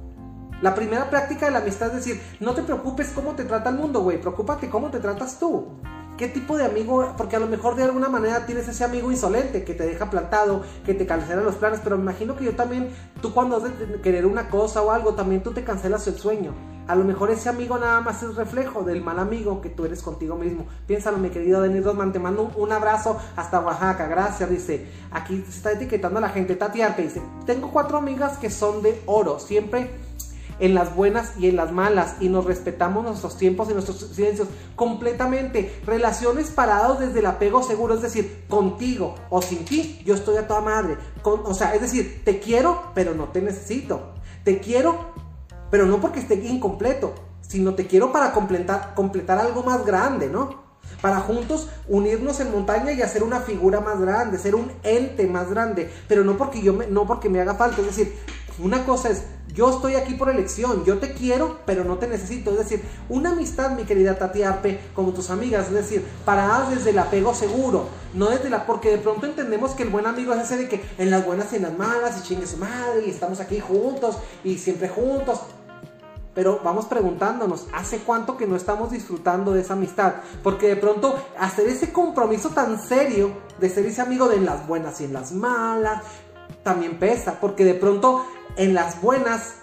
La primera práctica de la amistad es decir, no te preocupes cómo te trata el mundo, güey, preocúpate cómo te tratas tú. ¿Qué tipo de amigo? Porque a lo mejor de alguna manera tienes ese amigo insolente que te deja plantado, que te cancela los planes, pero me imagino que yo también, tú cuando has de querer una cosa o algo, también tú te cancelas el sueño. A lo mejor ese amigo nada más es reflejo del mal amigo que tú eres contigo mismo. Piénsalo, mi querido Dennis Rodman, te mando un abrazo hasta Oaxaca, gracias. Dice, aquí se está etiquetando a la gente, Tati Arpe dice, tengo 4 amigas que son de oro, siempre en las buenas y en las malas, y nos respetamos nuestros tiempos y nuestros silencios completamente. Relaciones parados desde el apego seguro, es decir, contigo o sin ti, yo estoy a toda madre. O sea, es decir, te quiero, pero no te necesito. Te quiero, pero no porque esté incompleto, sino te quiero para completar algo más grande, ¿no? Para juntos unirnos en montaña y hacer una figura más grande, ser un ente más grande, pero no porque me haga falta. Es decir, una cosa es, yo estoy aquí por elección, yo te quiero, pero no te necesito. Es decir, una amistad, mi querida Tati Arpe, como tus amigas, es decir, paradas desde el apego seguro, no desde porque de pronto entendemos que el buen amigo es ese de que en las buenas y en las malas, y chingue su madre, y estamos aquí juntos, y siempre juntos. Pero vamos preguntándonos, ¿hace cuánto que no estamos disfrutando de esa amistad? Porque de pronto hacer ese compromiso tan serio de ser ese amigo de en las buenas y en las malas también pesa, porque de pronto en las buenas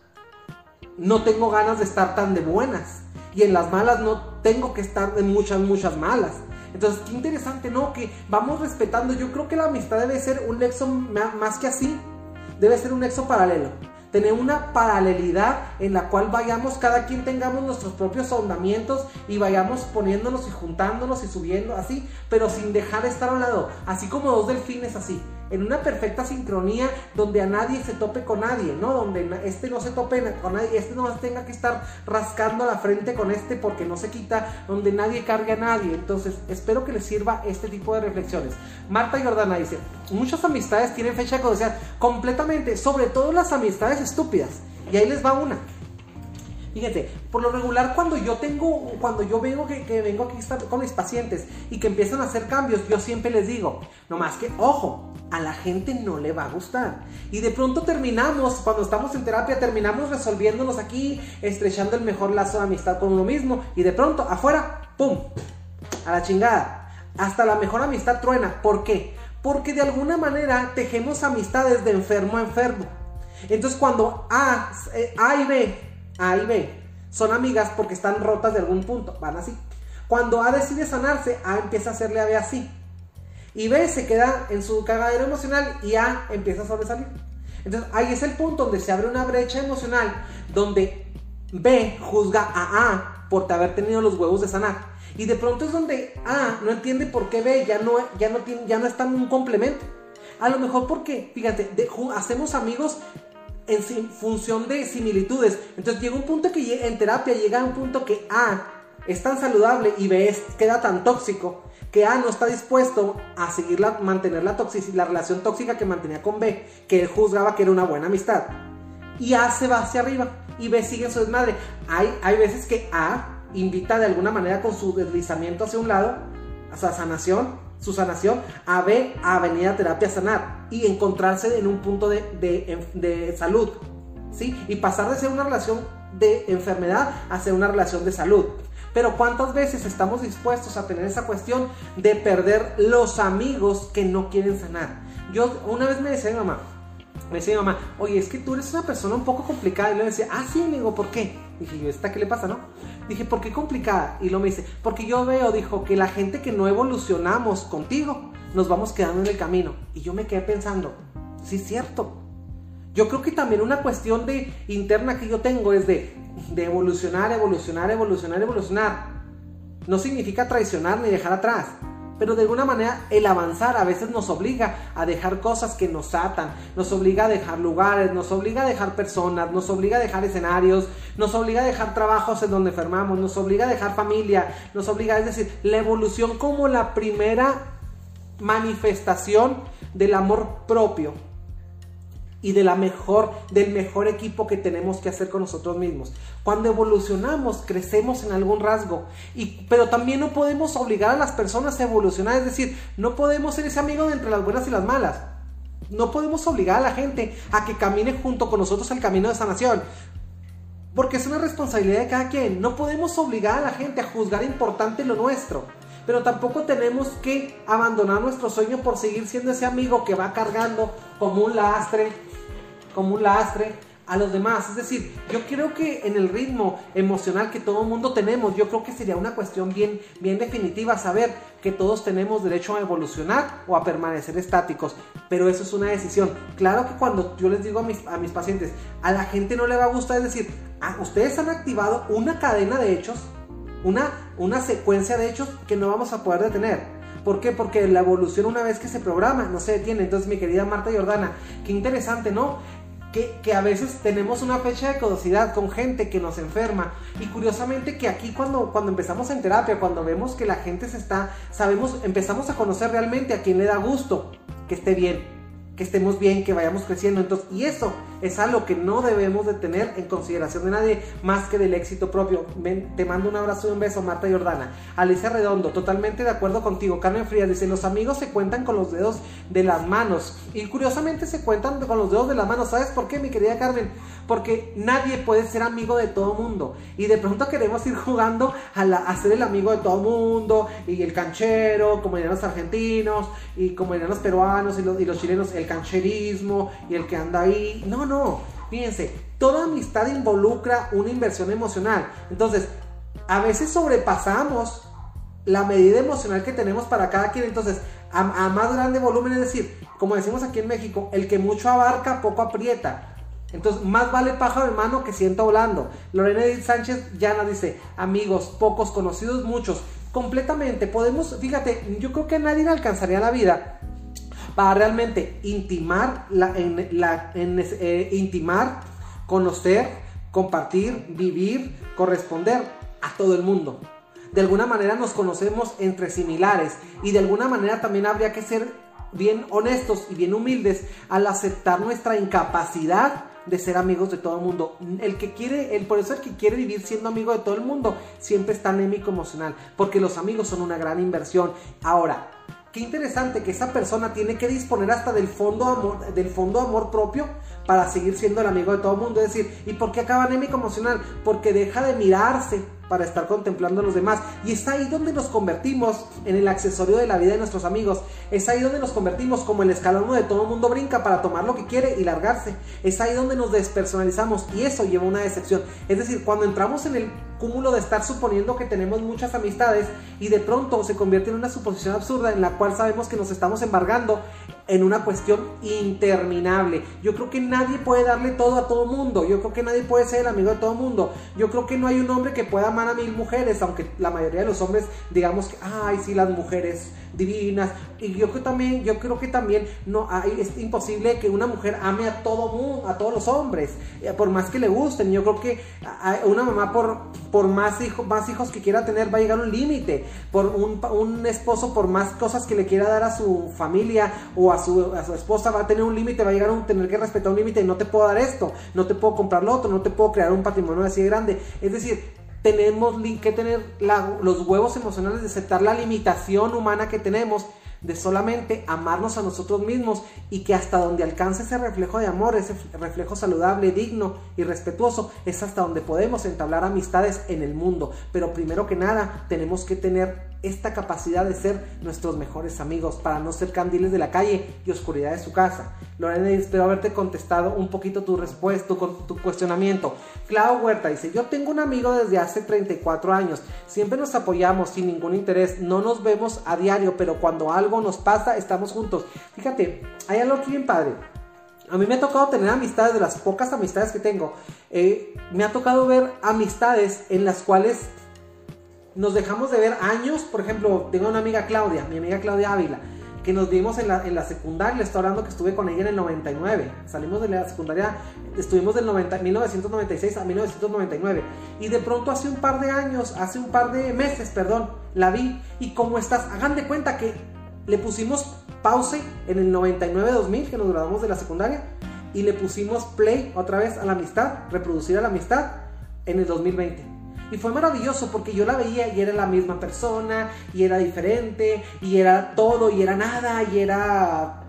no tengo ganas de estar tan de buenas, y en las malas no tengo que estar de muchas malas. Entonces, qué interesante, ¿no? Que vamos respetando. Yo creo que la amistad debe ser un nexo más que así, debe ser un nexo paralelo. Tener una paralelidad en la cual vayamos, cada quien tengamos nuestros propios ahondamientos y vayamos poniéndonos y juntándonos y subiendo así, pero sin dejar de estar a un lado, así como 2 delfines así, en una perfecta sincronía donde a nadie se tope con nadie, ¿no? Donde este no se tope con nadie, este no tenga que estar rascando la frente con este porque no se quita, donde nadie cargue a nadie. Entonces, espero que les sirva este tipo de reflexiones. Marta Jordana dice, muchas amistades tienen fecha de caducidad, completamente, sobre todo las amistades estúpidas. Y ahí les va una. Fíjate, por lo regular cuando yo vengo aquí a estar con mis pacientes y que empiezan a hacer cambios, yo siempre les digo, nomás que, ojo, a la gente no le va a gustar. Y de pronto terminamos, cuando estamos en terapia, terminamos resolviéndonos aquí, estrechando el mejor lazo de amistad con uno mismo, y de pronto, afuera, ¡pum!, a la chingada. Hasta la mejor amistad truena. ¿Por qué? Porque de alguna manera tejemos amistades de enfermo a enfermo. Entonces cuando A y B son amigas porque están rotas de algún punto, van así. Cuando A decide sanarse, A empieza a hacerle a B así, y B se queda en su cagadero emocional y A empieza a sobresalir. Entonces ahí es el punto donde se abre una brecha emocional, donde B juzga a A por haber tenido los huevos de sanar. Y de pronto es donde A no entiende por qué B ya no está en un complemento. A lo mejor porque, fíjate, hacemos amigos en función de similitudes. Entonces llega un punto que en terapia llega un punto que A es tan saludable y B queda tan tóxico que A no está dispuesto a mantener la relación tóxica que mantenía con B, que él juzgaba que era una buena amistad. Y A se va hacia arriba y B sigue en su desmadre. Hay veces que A invita de alguna manera con su deslizamiento hacia un lado, a su sanación, a B a venir a terapia a sanar y encontrarse en un punto de salud, ¿sí? Y pasar de ser una relación de enfermedad a ser una relación de salud. Pero ¿cuántas veces estamos dispuestos a tener esa cuestión de perder los amigos que no quieren sanar? Yo una vez me decía mi mamá, oye, es que tú eres una persona un poco complicada. Y luego decía, sí, amigo, ¿por qué? Dije yo, ¿esta qué le pasa, no? Dije, ¿por qué complicada? Y luego me dice, porque yo veo, dijo, que la gente que no evolucionamos contigo, nos vamos quedando en el camino. Y yo me quedé pensando, sí, es cierto. Yo creo que también una cuestión interna que yo tengo es de evolucionar. No significa traicionar ni dejar atrás, pero de alguna manera el avanzar a veces nos obliga a dejar cosas que nos atan, nos obliga a dejar lugares, nos obliga a dejar personas, nos obliga a dejar escenarios, nos obliga a dejar trabajos en donde enfermamos, nos obliga a dejar familia, es decir, la evolución como la primera manifestación del amor propio y del mejor equipo que tenemos que hacer con nosotros mismos. Cuando evolucionamos, crecemos en algún rasgo, pero también no podemos obligar a las personas a evolucionar, es decir, no podemos ser ese amigo de entre las buenas y las malas. No podemos obligar a la gente a que camine junto con nosotros el camino de sanación, porque es una responsabilidad de cada quien. No podemos obligar a la gente a juzgar importante lo nuestro, pero tampoco tenemos que abandonar nuestro sueño por seguir siendo ese amigo que va cargando como un lastre a los demás. Es decir, yo creo que en el ritmo emocional que todo mundo tenemos, yo creo que sería una cuestión bien definitiva saber que todos tenemos derecho a evolucionar o a permanecer estáticos, pero eso es una decisión. Claro que cuando yo les digo a mis pacientes, a la gente no le va a gustar, es decir, ustedes han activado una cadena de hechos, una secuencia de hechos que no vamos a poder detener. ¿Por qué? Porque la evolución, una vez que se programa, no se detiene. Entonces, mi querida Marta Jordana, qué interesante, ¿no? Que a veces tenemos una fecha de caducidad con gente que nos enferma. Y curiosamente que aquí cuando empezamos en terapia, cuando vemos que la gente empezamos a conocer realmente a quién le da gusto que esté bien, que estemos bien, que vayamos creciendo. Entonces, y eso es algo que no debemos de tener en consideración de nadie más que del éxito propio. Te mando un abrazo y un beso, Marta Jordana. Alicia Redondo, totalmente de acuerdo contigo. Carmen Frías dice, los amigos se cuentan con los dedos de las manos. Y curiosamente se cuentan con los dedos de las manos. ¿Sabes por qué, mi querida Carmen? Porque nadie puede ser amigo de todo mundo. Y de pronto queremos ir jugando a ser el amigo de todo mundo. Y el canchero, como dirían los argentinos, y como dirían los peruanos y los chilenos, el cancherismo y el que anda ahí. No, fíjense, toda amistad involucra una inversión emocional. Entonces, a veces sobrepasamos la medida emocional que tenemos para cada quien. Entonces, a más grande volumen, es decir, como decimos aquí en México, el que mucho abarca, poco aprieta. Entonces, más vale pájaro en mano que ciento volando. Lorena Edith Sánchez Llana dice, amigos, pocos, conocidos, muchos. Completamente, fíjate, yo creo que a nadie le alcanzaría la vida para realmente intimar, conocer, compartir, vivir, corresponder a todo el mundo. De alguna manera nos conocemos entre similares y de alguna manera también habría que ser bien honestos y bien humildes al aceptar nuestra incapacidad de ser amigos de todo el mundo. Por eso el que quiere vivir siendo amigo de todo el mundo siempre está anémico emocional, porque los amigos son una gran inversión. Ahora, qué interesante que esa persona tiene que disponer hasta del fondo amor propio para seguir siendo el amigo de todo el mundo. Es decir, ¿y por qué acaba anémico emocional? Porque deja de mirarse para estar contemplando a los demás. Y es ahí donde nos convertimos en el accesorio de la vida de nuestros amigos. Es ahí donde nos convertimos como el escalón donde todo el mundo brinca para tomar lo que quiere y largarse. Es ahí donde nos despersonalizamos y eso lleva a una decepción. Es decir, cuando cúmulo de estar suponiendo que tenemos muchas amistades y de pronto se convierte en una suposición absurda en la cual sabemos que nos estamos embargando en una cuestión interminable. Yo creo que nadie puede darle todo a todo mundo, yo creo que nadie puede ser el amigo de todo mundo, yo creo que no hay un hombre que pueda amar a 1000 mujeres, aunque la mayoría de los hombres digamos que, ay sí, las mujeres divinas, y yo creo que también no es imposible que una mujer ame a todo mundo, a todos los hombres, por más que le gusten. Yo creo que una mamá por más hijos que quiera tener va a llegar a un límite, por un esposo por más cosas que le quiera dar a su familia o a su esposa va a tener un límite, va a llegar a tener que respetar un límite, y no te puedo dar esto, no te puedo comprar lo otro, no te puedo crear un patrimonio así de grande. Es decir, tenemos que tener los huevos emocionales de aceptar la limitación humana que tenemos, de solamente amarnos a nosotros mismos, y que hasta donde alcance ese reflejo de amor, ese reflejo saludable, digno y respetuoso, es hasta donde podemos entablar amistades en el mundo. Pero primero que nada tenemos que tener esta capacidad de ser nuestros mejores amigos, para no ser candiles de la calle y oscuridad de su casa. Lorena, espero haberte contestado un poquito tu respuesta, tu cuestionamiento. Clau Huerta dice: yo tengo un amigo desde hace 34 años, siempre nos apoyamos sin ningún interés, no nos vemos a diario, pero cuando algo nos pasa estamos juntos. Fíjate, hay algo aquí bien padre. A mí me ha tocado tener amistades, de las pocas amistades que tengo, me ha tocado ver amistades en las cuales nos dejamos de ver años. Por ejemplo, tengo una amiga Claudia, mi amiga Claudia Ávila, que nos vimos en la secundaria. Le estoy hablando que estuve con ella en el 99. Salimos de la secundaria, estuvimos del 1996 a 1999. Y de pronto hace un par de meses, la vi. Y como estás, hagan de cuenta que le pusimos pause en el 99-2000, que nos graduamos de la secundaria, y le pusimos play otra vez a la amistad, reproducir a la amistad en el 2020. Y fue maravilloso porque yo la veía y era la misma persona, y era diferente, y era todo, y era nada, y era...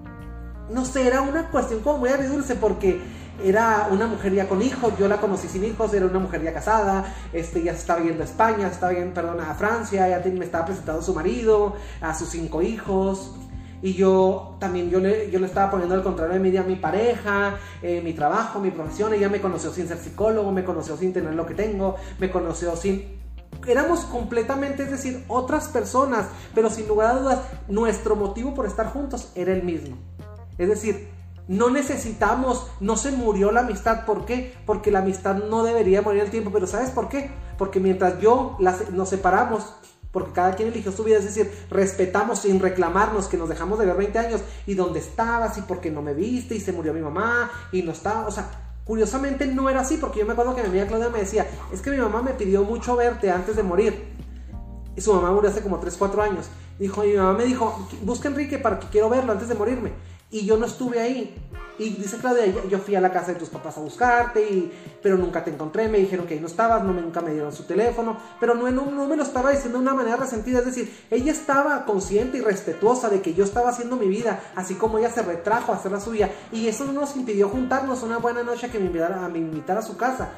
no sé, era una cuestión como muy agridulce, porque era una mujer ya con hijos. Yo la conocí sin hijos, era una mujer ya casada, ya se estaba yendo a España, a Francia, ya me estaba presentando a su marido, a sus 5 hijos. Y yo le estaba poniendo al contrario de mi pareja, mi trabajo, mi profesión. Ella me conoció sin ser psicólogo, me conoció sin tener lo que tengo, me conoció sin... Éramos completamente, es decir, otras personas, pero sin lugar a dudas, nuestro motivo por estar juntos era el mismo. Es decir, no necesitamos, no se murió la amistad. ¿Por qué? Porque la amistad no debería morir el tiempo. Pero ¿sabes por qué? Porque mientras nos separamos, porque cada quien eligió su vida, es decir, respetamos sin reclamarnos que nos dejamos de ver 20 años, y dónde estabas, y por qué no me viste, y se murió mi mamá, y no estaba, o sea, curiosamente no era así, porque yo me acuerdo que mi amiga Claudia me decía: es que mi mamá me pidió mucho verte antes de morir, y su mamá murió hace como 3-4 años, y mi mamá me dijo: busca a Enrique para que quiero verlo antes de morirme, y yo no estuve ahí. Y dice Claudia: yo fui a la casa de tus papás a buscarte, pero nunca te encontré, me dijeron que ahí no estabas, nunca me dieron su teléfono, pero no me lo estaba diciendo de una manera resentida. Es decir, ella estaba consciente y respetuosa de que yo estaba haciendo mi vida, así como ella se retrajo a hacer la suya, y eso no nos impidió juntarnos una buena noche, que me invitara a su casa,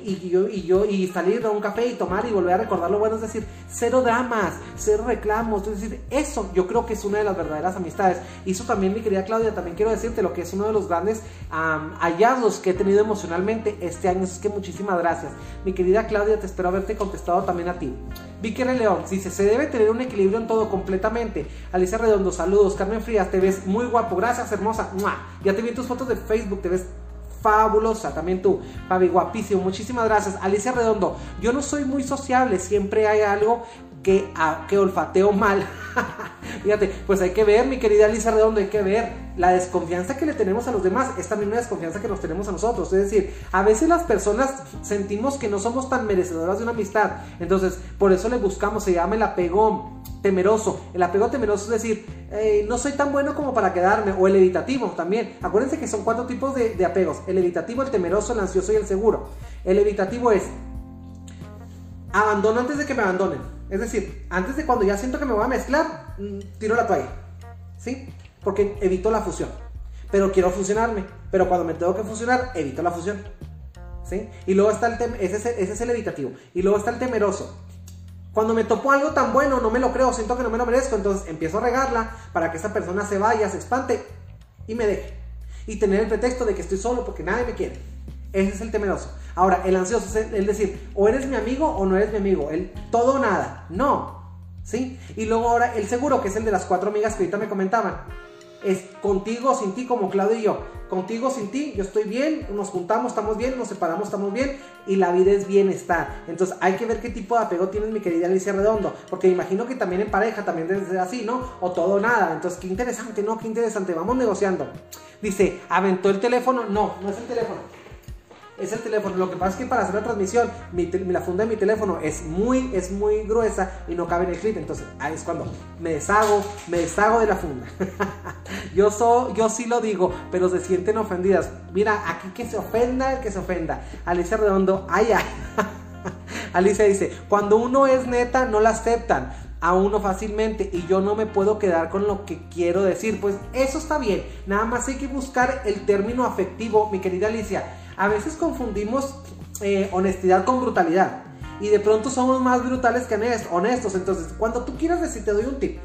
y salir a un café y tomar y volver a recordar lo bueno. Es decir, cero dramas, cero reclamos. Es decir, eso yo creo que es una de las verdaderas amistades. Y eso también, mi querida Claudia, también quiero decirte lo que es uno de los grandes hallazgos que he tenido emocionalmente este año. Es que muchísimas gracias, mi querida Claudia, te espero haberte contestado también a ti. Vicky R. León dice: se debe tener un equilibrio en todo, completamente. Alicia Redondo, saludos. Carmen Frías, te ves muy guapo, gracias, hermosa. ¡Mua! Ya te vi tus fotos de Facebook, te ves fabulosa, también tú, Fabi, guapísimo, muchísimas gracias. Alicia Redondo: yo no soy muy sociable, siempre hay algo que olfateo mal. Fíjate, pues hay que ver, mi querida Alicia Redondo, hay que ver. La desconfianza que le tenemos a los demás es también una desconfianza que nos tenemos a nosotros. Es decir, a veces las personas sentimos que no somos tan merecedoras de una amistad, entonces por eso le buscamos. Se llama el apego temeroso. El apego temeroso es decir, no soy tan bueno como para quedarme. O el evitativo también. Acuérdense que son 4 tipos de apegos: el evitativo, el temeroso, el ansioso y el seguro. El evitativo es: abandono antes de que me abandonen. Es decir, antes de cuando ya siento que me voy a mezclar, tiro la toalla, ¿sí? Porque evito la fusión. Pero quiero fusionarme. Pero cuando me tengo que fusionar, evito la fusión, ¿sí? Y luego está ese es el evitativo. Y luego está el temeroso. Cuando me topo algo tan bueno, no me lo creo, siento que no me lo merezco, entonces empiezo a regarla para que esa persona se vaya, se espante y me deje. Y tener el pretexto de que estoy solo porque nadie me quiere. Ese es el temeroso. Ahora, el ansioso es el decir, o eres mi amigo o no eres mi amigo, el todo o nada, no, ¿sí? Y luego ahora el seguro, que es el de las 4 amigas que ahorita me comentaban, es contigo o sin ti, como Claudio y yo. Contigo o sin ti, yo estoy bien, nos juntamos, estamos bien, nos separamos, estamos bien, y la vida es bienestar. Entonces hay que ver qué tipo de apego tienes, mi querida Alicia Redondo, porque me imagino que también en pareja también debe ser así, ¿no? O todo o nada. Entonces qué interesante, ¿no? Qué interesante, vamos negociando. Dice, ¿aventó el teléfono? No, no es el teléfono, es el teléfono. Lo que pasa es que para hacer la transmisión la funda de mi teléfono es muy gruesa y no cabe en el clip. Entonces ahí es cuando me deshago de la funda. Yo sí lo digo, pero se sienten ofendidas. Mira, aquí que se ofenda el que se ofenda. Alicia Redondo, ay. Alicia dice, cuando uno es neta no la aceptan a uno fácilmente y yo no me puedo quedar con lo que quiero decir. Pues eso está bien, nada más hay que buscar el término afectivo, mi querida Alicia. A veces confundimos honestidad con brutalidad y de pronto somos más brutales que honestos. Entonces, cuando tú quieras decir, te doy un tip.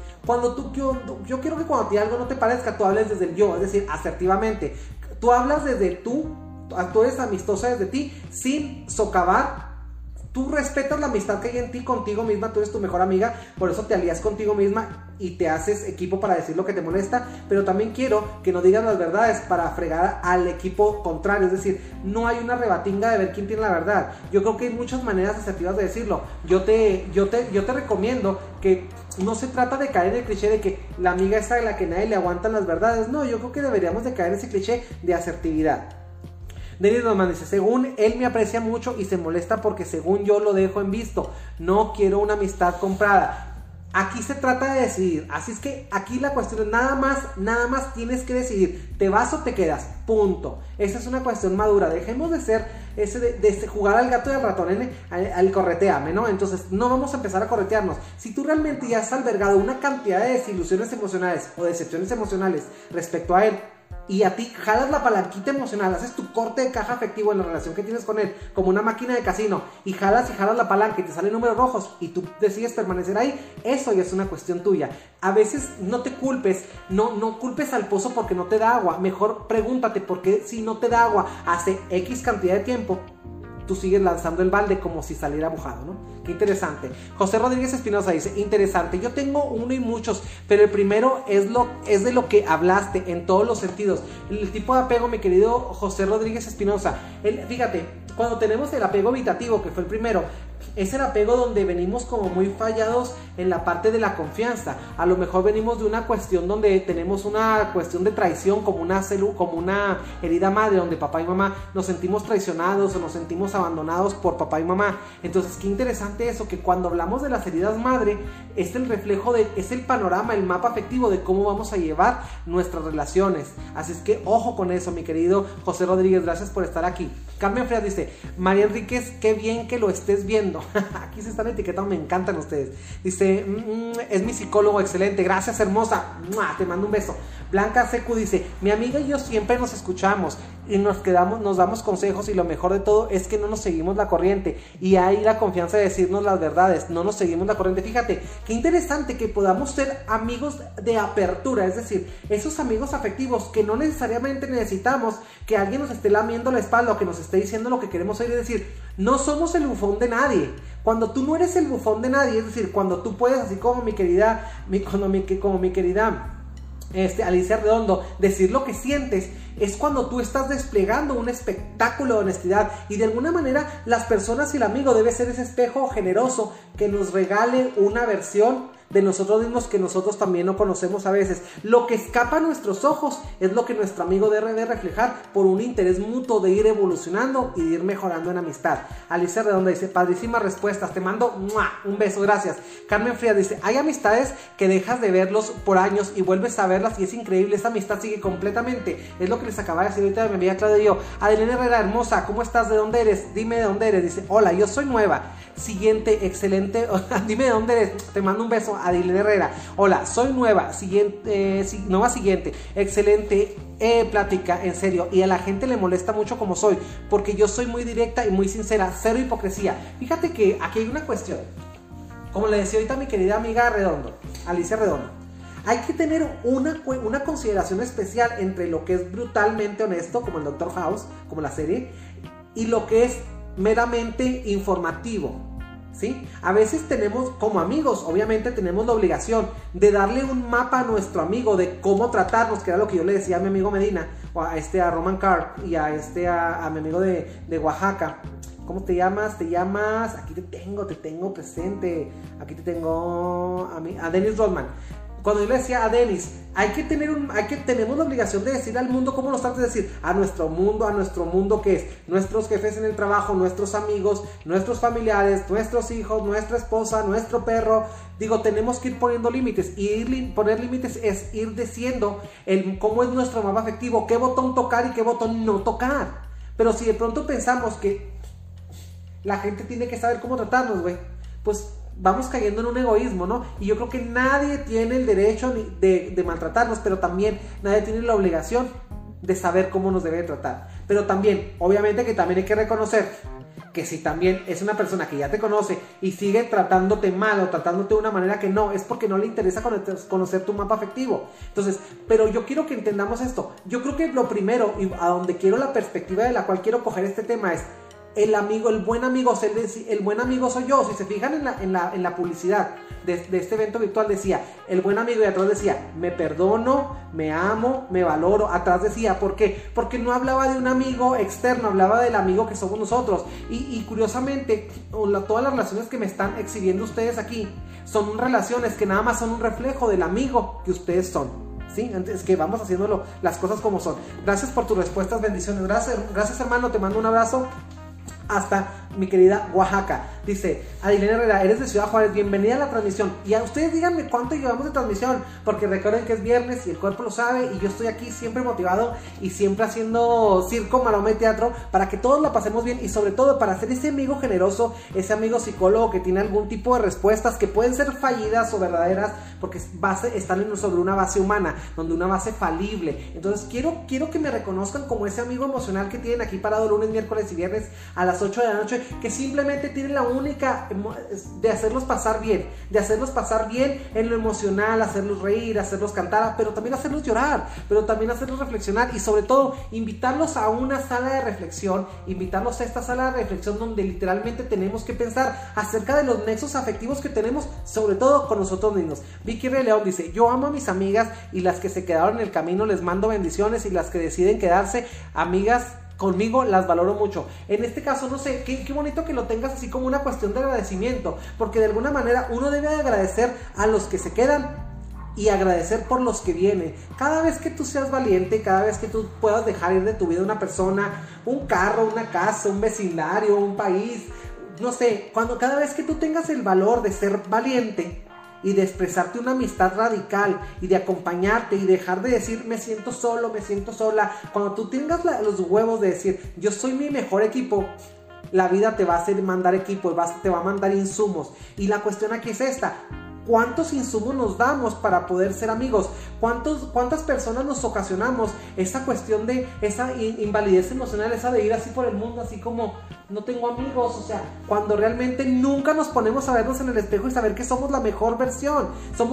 Yo quiero que cuando te algo no te parezca, tú hables desde el yo, es decir, asertivamente. Tú hablas desde tú eres amistosa desde ti, sin socavar. Tú respetas la amistad que hay en ti contigo misma, tú eres tu mejor amiga, por eso te alías contigo misma y te haces equipo para decir lo que te molesta, pero también quiero que no digas las verdades para fregar al equipo contrario, es decir, no hay una rebatinga de ver quién tiene la verdad. Yo creo que hay muchas maneras asertivas de decirlo. Yo te recomiendo que no se trata de caer en el cliché de que la amiga es a la que nadie le aguantan las verdades, no, yo creo que deberíamos de caer en ese cliché de asertividad. Denis Norman dice, según él me aprecia mucho y se molesta porque según yo lo dejo en visto, no quiero una amistad comprada. Aquí se trata de decidir, así es que aquí la cuestión es nada más tienes que decidir, te vas o te quedas, punto. Esa es una cuestión madura, dejemos de ser de jugar al gato y al ratón, al correteame, ¿no? Entonces no vamos a empezar a corretearnos. Si tú realmente ya has albergado una cantidad de desilusiones emocionales o decepciones emocionales respecto a él, y a ti jalas la palanquita emocional, haces tu corte de caja afectivo en la relación que tienes con él, como una máquina de casino, y jalas la palanca y te salen números rojos y tú decides permanecer ahí, eso ya es una cuestión tuya. A veces no te culpes, no culpes al pozo porque no te da agua, mejor pregúntate por qué si no te da agua hace X cantidad de tiempo, tú sigues lanzando el balde como si saliera mojado, ¿no? Qué interesante. José Rodríguez Espinosa dice, interesante, yo tengo uno y muchos, pero el primero es de lo que hablaste en todos los sentidos. El tipo de apego, mi querido José Rodríguez Espinosa, fíjate, cuando tenemos el apego evitativo, que fue el primero, es el apego donde venimos como muy fallados en la parte de la confianza. A lo mejor venimos de una cuestión donde tenemos una cuestión de traición, como una herida madre, donde papá y mamá nos sentimos traicionados o nos sentimos abandonados por papá y mamá. Entonces qué interesante eso, que cuando hablamos de las heridas madre es el reflejo es el panorama, el mapa afectivo de cómo vamos a llevar nuestras relaciones. Así es que ojo con eso, mi querido José Rodríguez, gracias por estar aquí. Carmen Frías dice, María Enríquez, qué bien que lo estés viendo. Aquí se están etiquetando, me encantan ustedes. Dice, es mi psicólogo, excelente, gracias hermosa, te mando un beso. Blanca Secu dice, mi amiga y yo siempre nos escuchamos y nos damos consejos y lo mejor de todo es que no nos seguimos la corriente y hay la confianza de decirnos las verdades, no nos seguimos la corriente. Fíjate, qué interesante que podamos ser amigos de apertura, es decir, esos amigos afectivos que no necesariamente necesitamos que alguien nos esté lamiendo la espalda o que nos esté diciendo lo que queremos oír, es decir, no somos el bufón de nadie. Cuando tú no eres el bufón de nadie, es decir, cuando tú puedes, así como mi querida Alicia Redondo, decir lo que sientes, es cuando tú estás desplegando un espectáculo de honestidad y de alguna manera las personas y el amigo debe ser ese espejo generoso que nos regale una versión de nosotros mismos que nosotros también no conocemos a veces. Lo que escapa a nuestros ojos es lo que nuestro amigo debe de reflejar por un interés mutuo de ir evolucionando y de ir mejorando en amistad. Alicia Redonda dice, padrísimas respuestas, te mando un beso, gracias. Carmen Frías dice, hay amistades que dejas de verlos por años y vuelves a verlas y es increíble, esa amistad sigue completamente, es lo que les acaba de decir ahorita de mi amiga Claudia y yo. Adelina Herrera, hermosa, ¿cómo estás? ¿De dónde eres? Dime de dónde eres. Dice, hola, yo soy nueva. Siguiente, excelente. Dime de dónde eres. Te mando un beso. Adilene Herrera, hola, soy nueva. Siguiente, excelente plática, en serio. Y a la gente le molesta mucho como soy, porque yo soy muy directa y muy sincera, cero hipocresía. Fíjate que aquí hay una cuestión, como le decía ahorita mi querida amiga Alicia Redondo. Hay que tener una consideración especial entre lo que es brutalmente honesto, como el Dr. House, como la serie, y lo que es meramente informativo, ¿sí? A veces tenemos, como amigos, obviamente tenemos la obligación de darle un mapa a nuestro amigo de cómo tratarnos, que era lo que yo le decía a mi amigo Medina, o a Roman Carr, y a mi amigo de Oaxaca. ¿Cómo te llamas? Aquí te tengo presente. Aquí te tengo a Dennis Rodman. Cuando yo le decía a Dennis, tenemos la obligación de decir al mundo cómo nos trata, de decir a nuestro mundo que es nuestros jefes en el trabajo, nuestros amigos, nuestros familiares, nuestros hijos, nuestra esposa, nuestro perro. Digo, tenemos que ir poniendo límites, y poner límites es ir diciendo cómo es nuestro mapa afectivo, qué botón tocar y qué botón no tocar. Pero si de pronto pensamos que la gente tiene que saber cómo tratarnos, güey, pues vamos cayendo en un egoísmo, ¿no? Y yo creo que nadie tiene el derecho de maltratarnos, pero también nadie tiene la obligación de saber cómo nos debe tratar. Pero también, obviamente que también hay que reconocer que si también es una persona que ya te conoce y sigue tratándote mal o tratándote de una manera que no, es porque no le interesa conocer tu mapa afectivo. Entonces, pero yo quiero que entendamos esto. Yo creo que lo primero, y a donde quiero la perspectiva de la cual quiero coger este tema, es el buen amigo soy yo. Si se fijan en la publicidad de este evento virtual, decía el buen amigo, y atrás decía me perdono, me amo, me valoro. Atrás decía, ¿por qué? Porque no hablaba de un amigo externo, hablaba del amigo que somos nosotros. Y curiosamente, todas las relaciones que me están exhibiendo ustedes aquí son relaciones que nada más son un reflejo del amigo que ustedes son. ¿Sí? Antes que vamos haciéndolo las cosas como son. Gracias por tus respuestas, bendiciones. Gracias hermano, te mando un abrazo hasta mi querida Oaxaca. Dice Adilene Herrera, eres de Ciudad Juárez, bienvenida a la transmisión. Y a ustedes díganme cuánto llevamos de transmisión, porque recuerden que es viernes y el cuerpo lo sabe, y yo estoy aquí siempre motivado y siempre haciendo circo, maroma y teatro para que todos la pasemos bien, y sobre todo para ser ese amigo generoso, ese amigo psicólogo que tiene algún tipo de respuestas que pueden ser fallidas o verdaderas, porque están sobre una base humana, donde una base falible. Entonces quiero que me reconozcan como ese amigo emocional que tienen aquí parado lunes, miércoles y viernes a las 8 de la noche, que simplemente tiene la única de hacerlos pasar bien, en lo emocional, hacerlos reír, hacerlos cantar, pero también hacerlos llorar, pero también hacerlos reflexionar, y sobre todo invitarlos a una sala de reflexión, invitarlos a esta sala de reflexión donde literalmente tenemos que pensar acerca de los nexos afectivos que tenemos, sobre todo con nosotros mismos. Vicky R. León dice, yo amo a mis amigas, y las que se quedaron en el camino les mando bendiciones, y las que deciden quedarse amigas conmigo las valoro mucho. En este caso, no sé, qué bonito que lo tengas así como una cuestión de agradecimiento, porque de alguna manera uno debe de agradecer a los que se quedan y agradecer por los que vienen. Cada vez que tú seas valiente, cada vez que tú puedas dejar ir de tu vida una persona, un carro, una casa, un vecindario, un país, no sé, cada vez que tú tengas el valor de ser valiente y de expresarte una amistad radical y de acompañarte y dejar de decir me siento solo, me siento sola, cuando tú tengas los huevos de decir yo soy mi mejor equipo, la vida te va a hacer mandar equipo, te va a mandar insumos. Y la cuestión aquí es esta: ¿cuántos insumos nos damos para poder ser amigos? ¿Cuántas personas nos ocasionamos esa cuestión de esa invalidez emocional, esa de ir así por el mundo, así como no tengo amigos? O sea, cuando realmente nunca nos ponemos a vernos en el espejo y saber que somos la mejor versión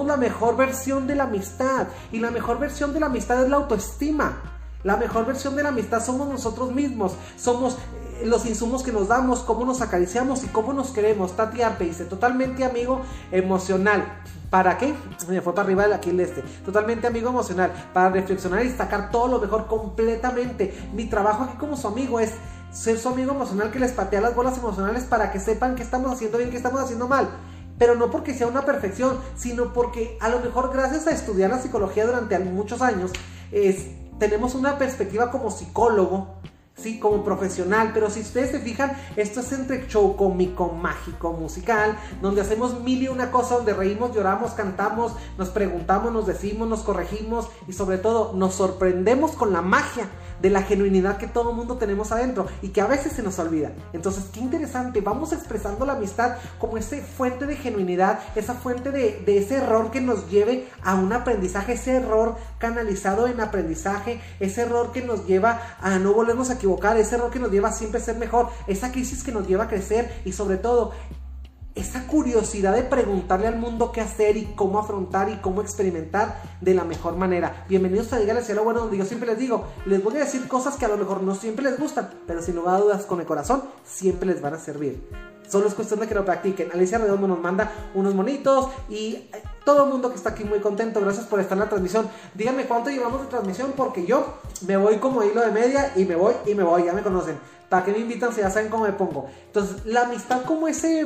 de la amistad. Y la mejor versión de la amistad es la autoestima. La mejor versión de la amistad somos nosotros mismos, somos los insumos que nos damos, cómo nos acariciamos y cómo nos queremos. Tati Arpe dice, totalmente amigo emocional. ¿Para qué? Me fue para arriba aquí el totalmente amigo emocional, para reflexionar y sacar todo lo mejor completamente. Mi trabajo aquí como su amigo es ser su amigo emocional que les patea las bolas emocionales para que sepan qué estamos haciendo bien, qué estamos haciendo mal. Pero no porque sea una perfección, sino porque a lo mejor gracias a estudiar la psicología durante muchos años, tenemos una perspectiva como psicólogo, sí, como profesional. Pero si ustedes se fijan, esto es entre show cómico, mágico, musical, donde hacemos mil y una cosa, donde reímos, lloramos, cantamos, nos preguntamos, nos decimos, nos corregimos y sobre todo nos sorprendemos con la magia de la genuinidad que todo el mundo tenemos adentro y que a veces se nos olvida. Entonces, qué interesante, vamos expresando la amistad como esa fuente de genuinidad, esa fuente de ese error que nos lleve a un aprendizaje, ese error canalizado en aprendizaje, ese error que nos lleva a no volvernos a equivocar, ese error que nos lleva a siempre ser mejor, esa crisis que nos lleva a crecer y sobre todo esa curiosidad de preguntarle al mundo qué hacer y cómo afrontar y cómo experimentar de la mejor manera. Bienvenidos a Dígale Cielo Bueno, donde yo siempre les digo, les voy a decir cosas que a lo mejor no siempre les gustan, pero sin lugar a dudas, con el corazón, siempre les van a servir. Solo es cuestión de que lo practiquen. Alicia Redondo nos manda unos monitos y todo el mundo que está aquí muy contento. Gracias por estar en la transmisión. Díganme cuánto llevamos de transmisión, porque yo me voy como hilo de media y me voy, ya me conocen. ¿Para qué me invitan si ya saben cómo me pongo? Entonces, la amistad como ese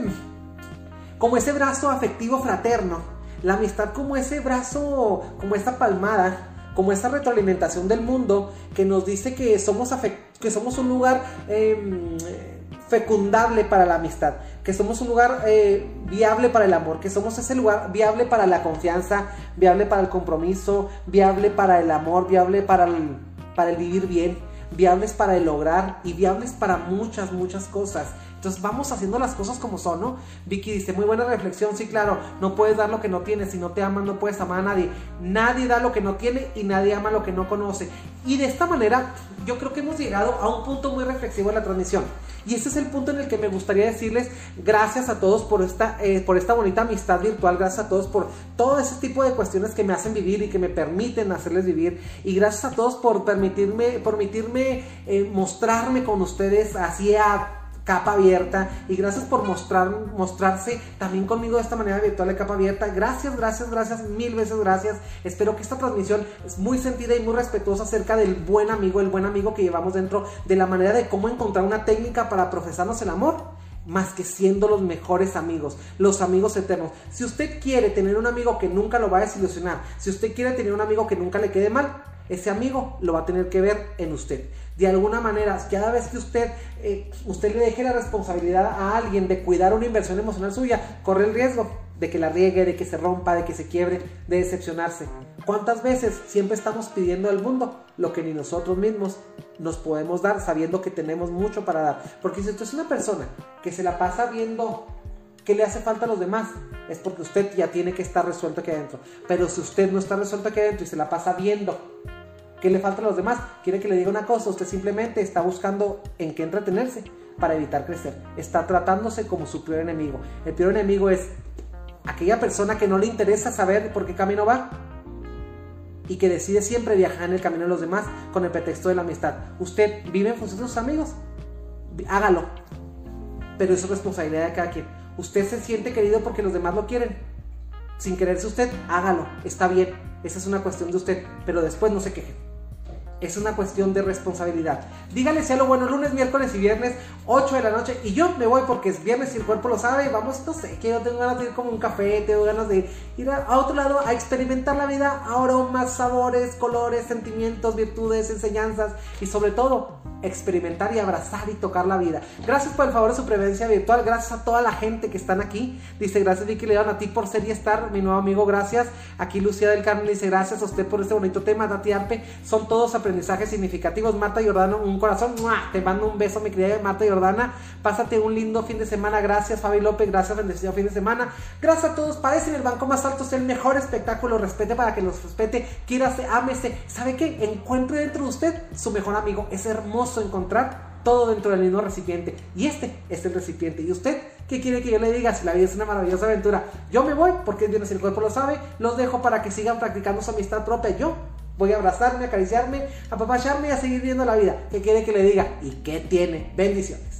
brazo afectivo fraterno, la amistad como ese brazo, como esa palmada, como esa retroalimentación del mundo que nos dice que somos un lugar fecundable para la amistad, que somos un lugar viable para el amor, que somos ese lugar viable para la confianza, viable para el compromiso, viable para el amor, viable para el vivir bien, viables para el lograr y viables para muchas cosas. Entonces vamos haciendo las cosas como son, ¿no? Vicky dice, muy buena reflexión, sí, claro, no puedes dar lo que no tienes, si no te amas no puedes amar a nadie. Nadie da lo que no tiene y nadie ama lo que no conoce. Y de esta manera yo creo que hemos llegado a un punto muy reflexivo en la transmisión. Y ese es el punto en el que me gustaría decirles gracias a todos por esta bonita amistad virtual, gracias a todos por todo ese tipo de cuestiones que me hacen vivir y que me permiten hacerles vivir, y gracias a todos por permitirme mostrarme con ustedes así a capa abierta, y gracias por mostrarse también conmigo de esta manera virtual de capa abierta. Gracias, mil veces gracias. Espero que esta transmisión es muy sentida y muy respetuosa acerca del buen amigo que llevamos dentro, de la manera de cómo encontrar una técnica para profesarnos el amor, más que siendo los mejores amigos, los amigos eternos. Si usted quiere tener un amigo que nunca lo va a desilusionar, si usted quiere tener un amigo que nunca le quede mal, ese amigo lo va a tener que ver en usted. De alguna manera, cada vez que usted le deje la responsabilidad a alguien de cuidar una inversión emocional suya, corre el riesgo de que la riegue, de que se rompa, de que se quiebre, de decepcionarse. ¿Cuántas veces siempre estamos pidiendo al mundo lo que ni nosotros mismos nos podemos dar, sabiendo que tenemos mucho para dar? Porque si usted es una persona que se la pasa viendo qué le hace falta a los demás, es porque usted ya tiene que estar resuelto aquí adentro. Pero si usted no está resuelto aquí adentro y se la pasa viendo qué le falta a los demás, quiere que le diga una cosa, usted simplemente está buscando en qué entretenerse para evitar crecer. Está tratándose como su peor enemigo. El peor enemigo es aquella persona que no le interesa saber por qué camino va y que decide siempre viajar en el camino de los demás con el pretexto de la amistad. Usted vive en función de sus amigos, hágalo, pero eso es responsabilidad de cada quien. Usted se siente querido porque los demás lo quieren, sin quererse usted, hágalo, está bien, esa es una cuestión de usted, pero después no se queje. Es una cuestión de responsabilidad. Dígale Cielo Bueno, lunes, miércoles y viernes, 8 de la noche. Y yo me voy porque es viernes y el cuerpo lo sabe. Vamos, no sé, que yo tengo ganas de ir como un café, tengo ganas de ir a otro lado a experimentar la vida, aromas, sabores, colores, sentimientos, virtudes, enseñanzas y sobre todo experimentar y abrazar y tocar la vida. Gracias por el favor de su presencia virtual, gracias a toda la gente que están aquí. Dice, gracias Vicky León, a ti por ser y estar, mi nuevo amigo, gracias. Aquí Lucía del Carmen dice, gracias a usted por este bonito tema. Tati Arpe, son todos aprendizajes significativos. Marta Jordano, un corazón, ¡mua! Te mando un beso, mi querida Marta Jordana, pásate un lindo fin de semana. Gracias Fabi López, gracias, bendecido fin de semana. Gracias a todos, parece en el banco más alto, es el mejor espectáculo, respete para que los respete, quiérase, ámese. ¿Sabe qué? Encuentre dentro de usted su mejor amigo. Es hermoso encontrar todo dentro del mismo recipiente, y este es el recipiente. ¿Y usted qué quiere que yo le diga? Si la vida es una maravillosa aventura, yo me voy porque es viernes y el cuerpo lo sabe. Los dejo para que sigan practicando su amistad propia. Yo voy a abrazarme, acariciarme, apapacharme y a seguir viendo la vida. ¿Qué quiere que le diga? ¿Y qué tiene? Bendiciones.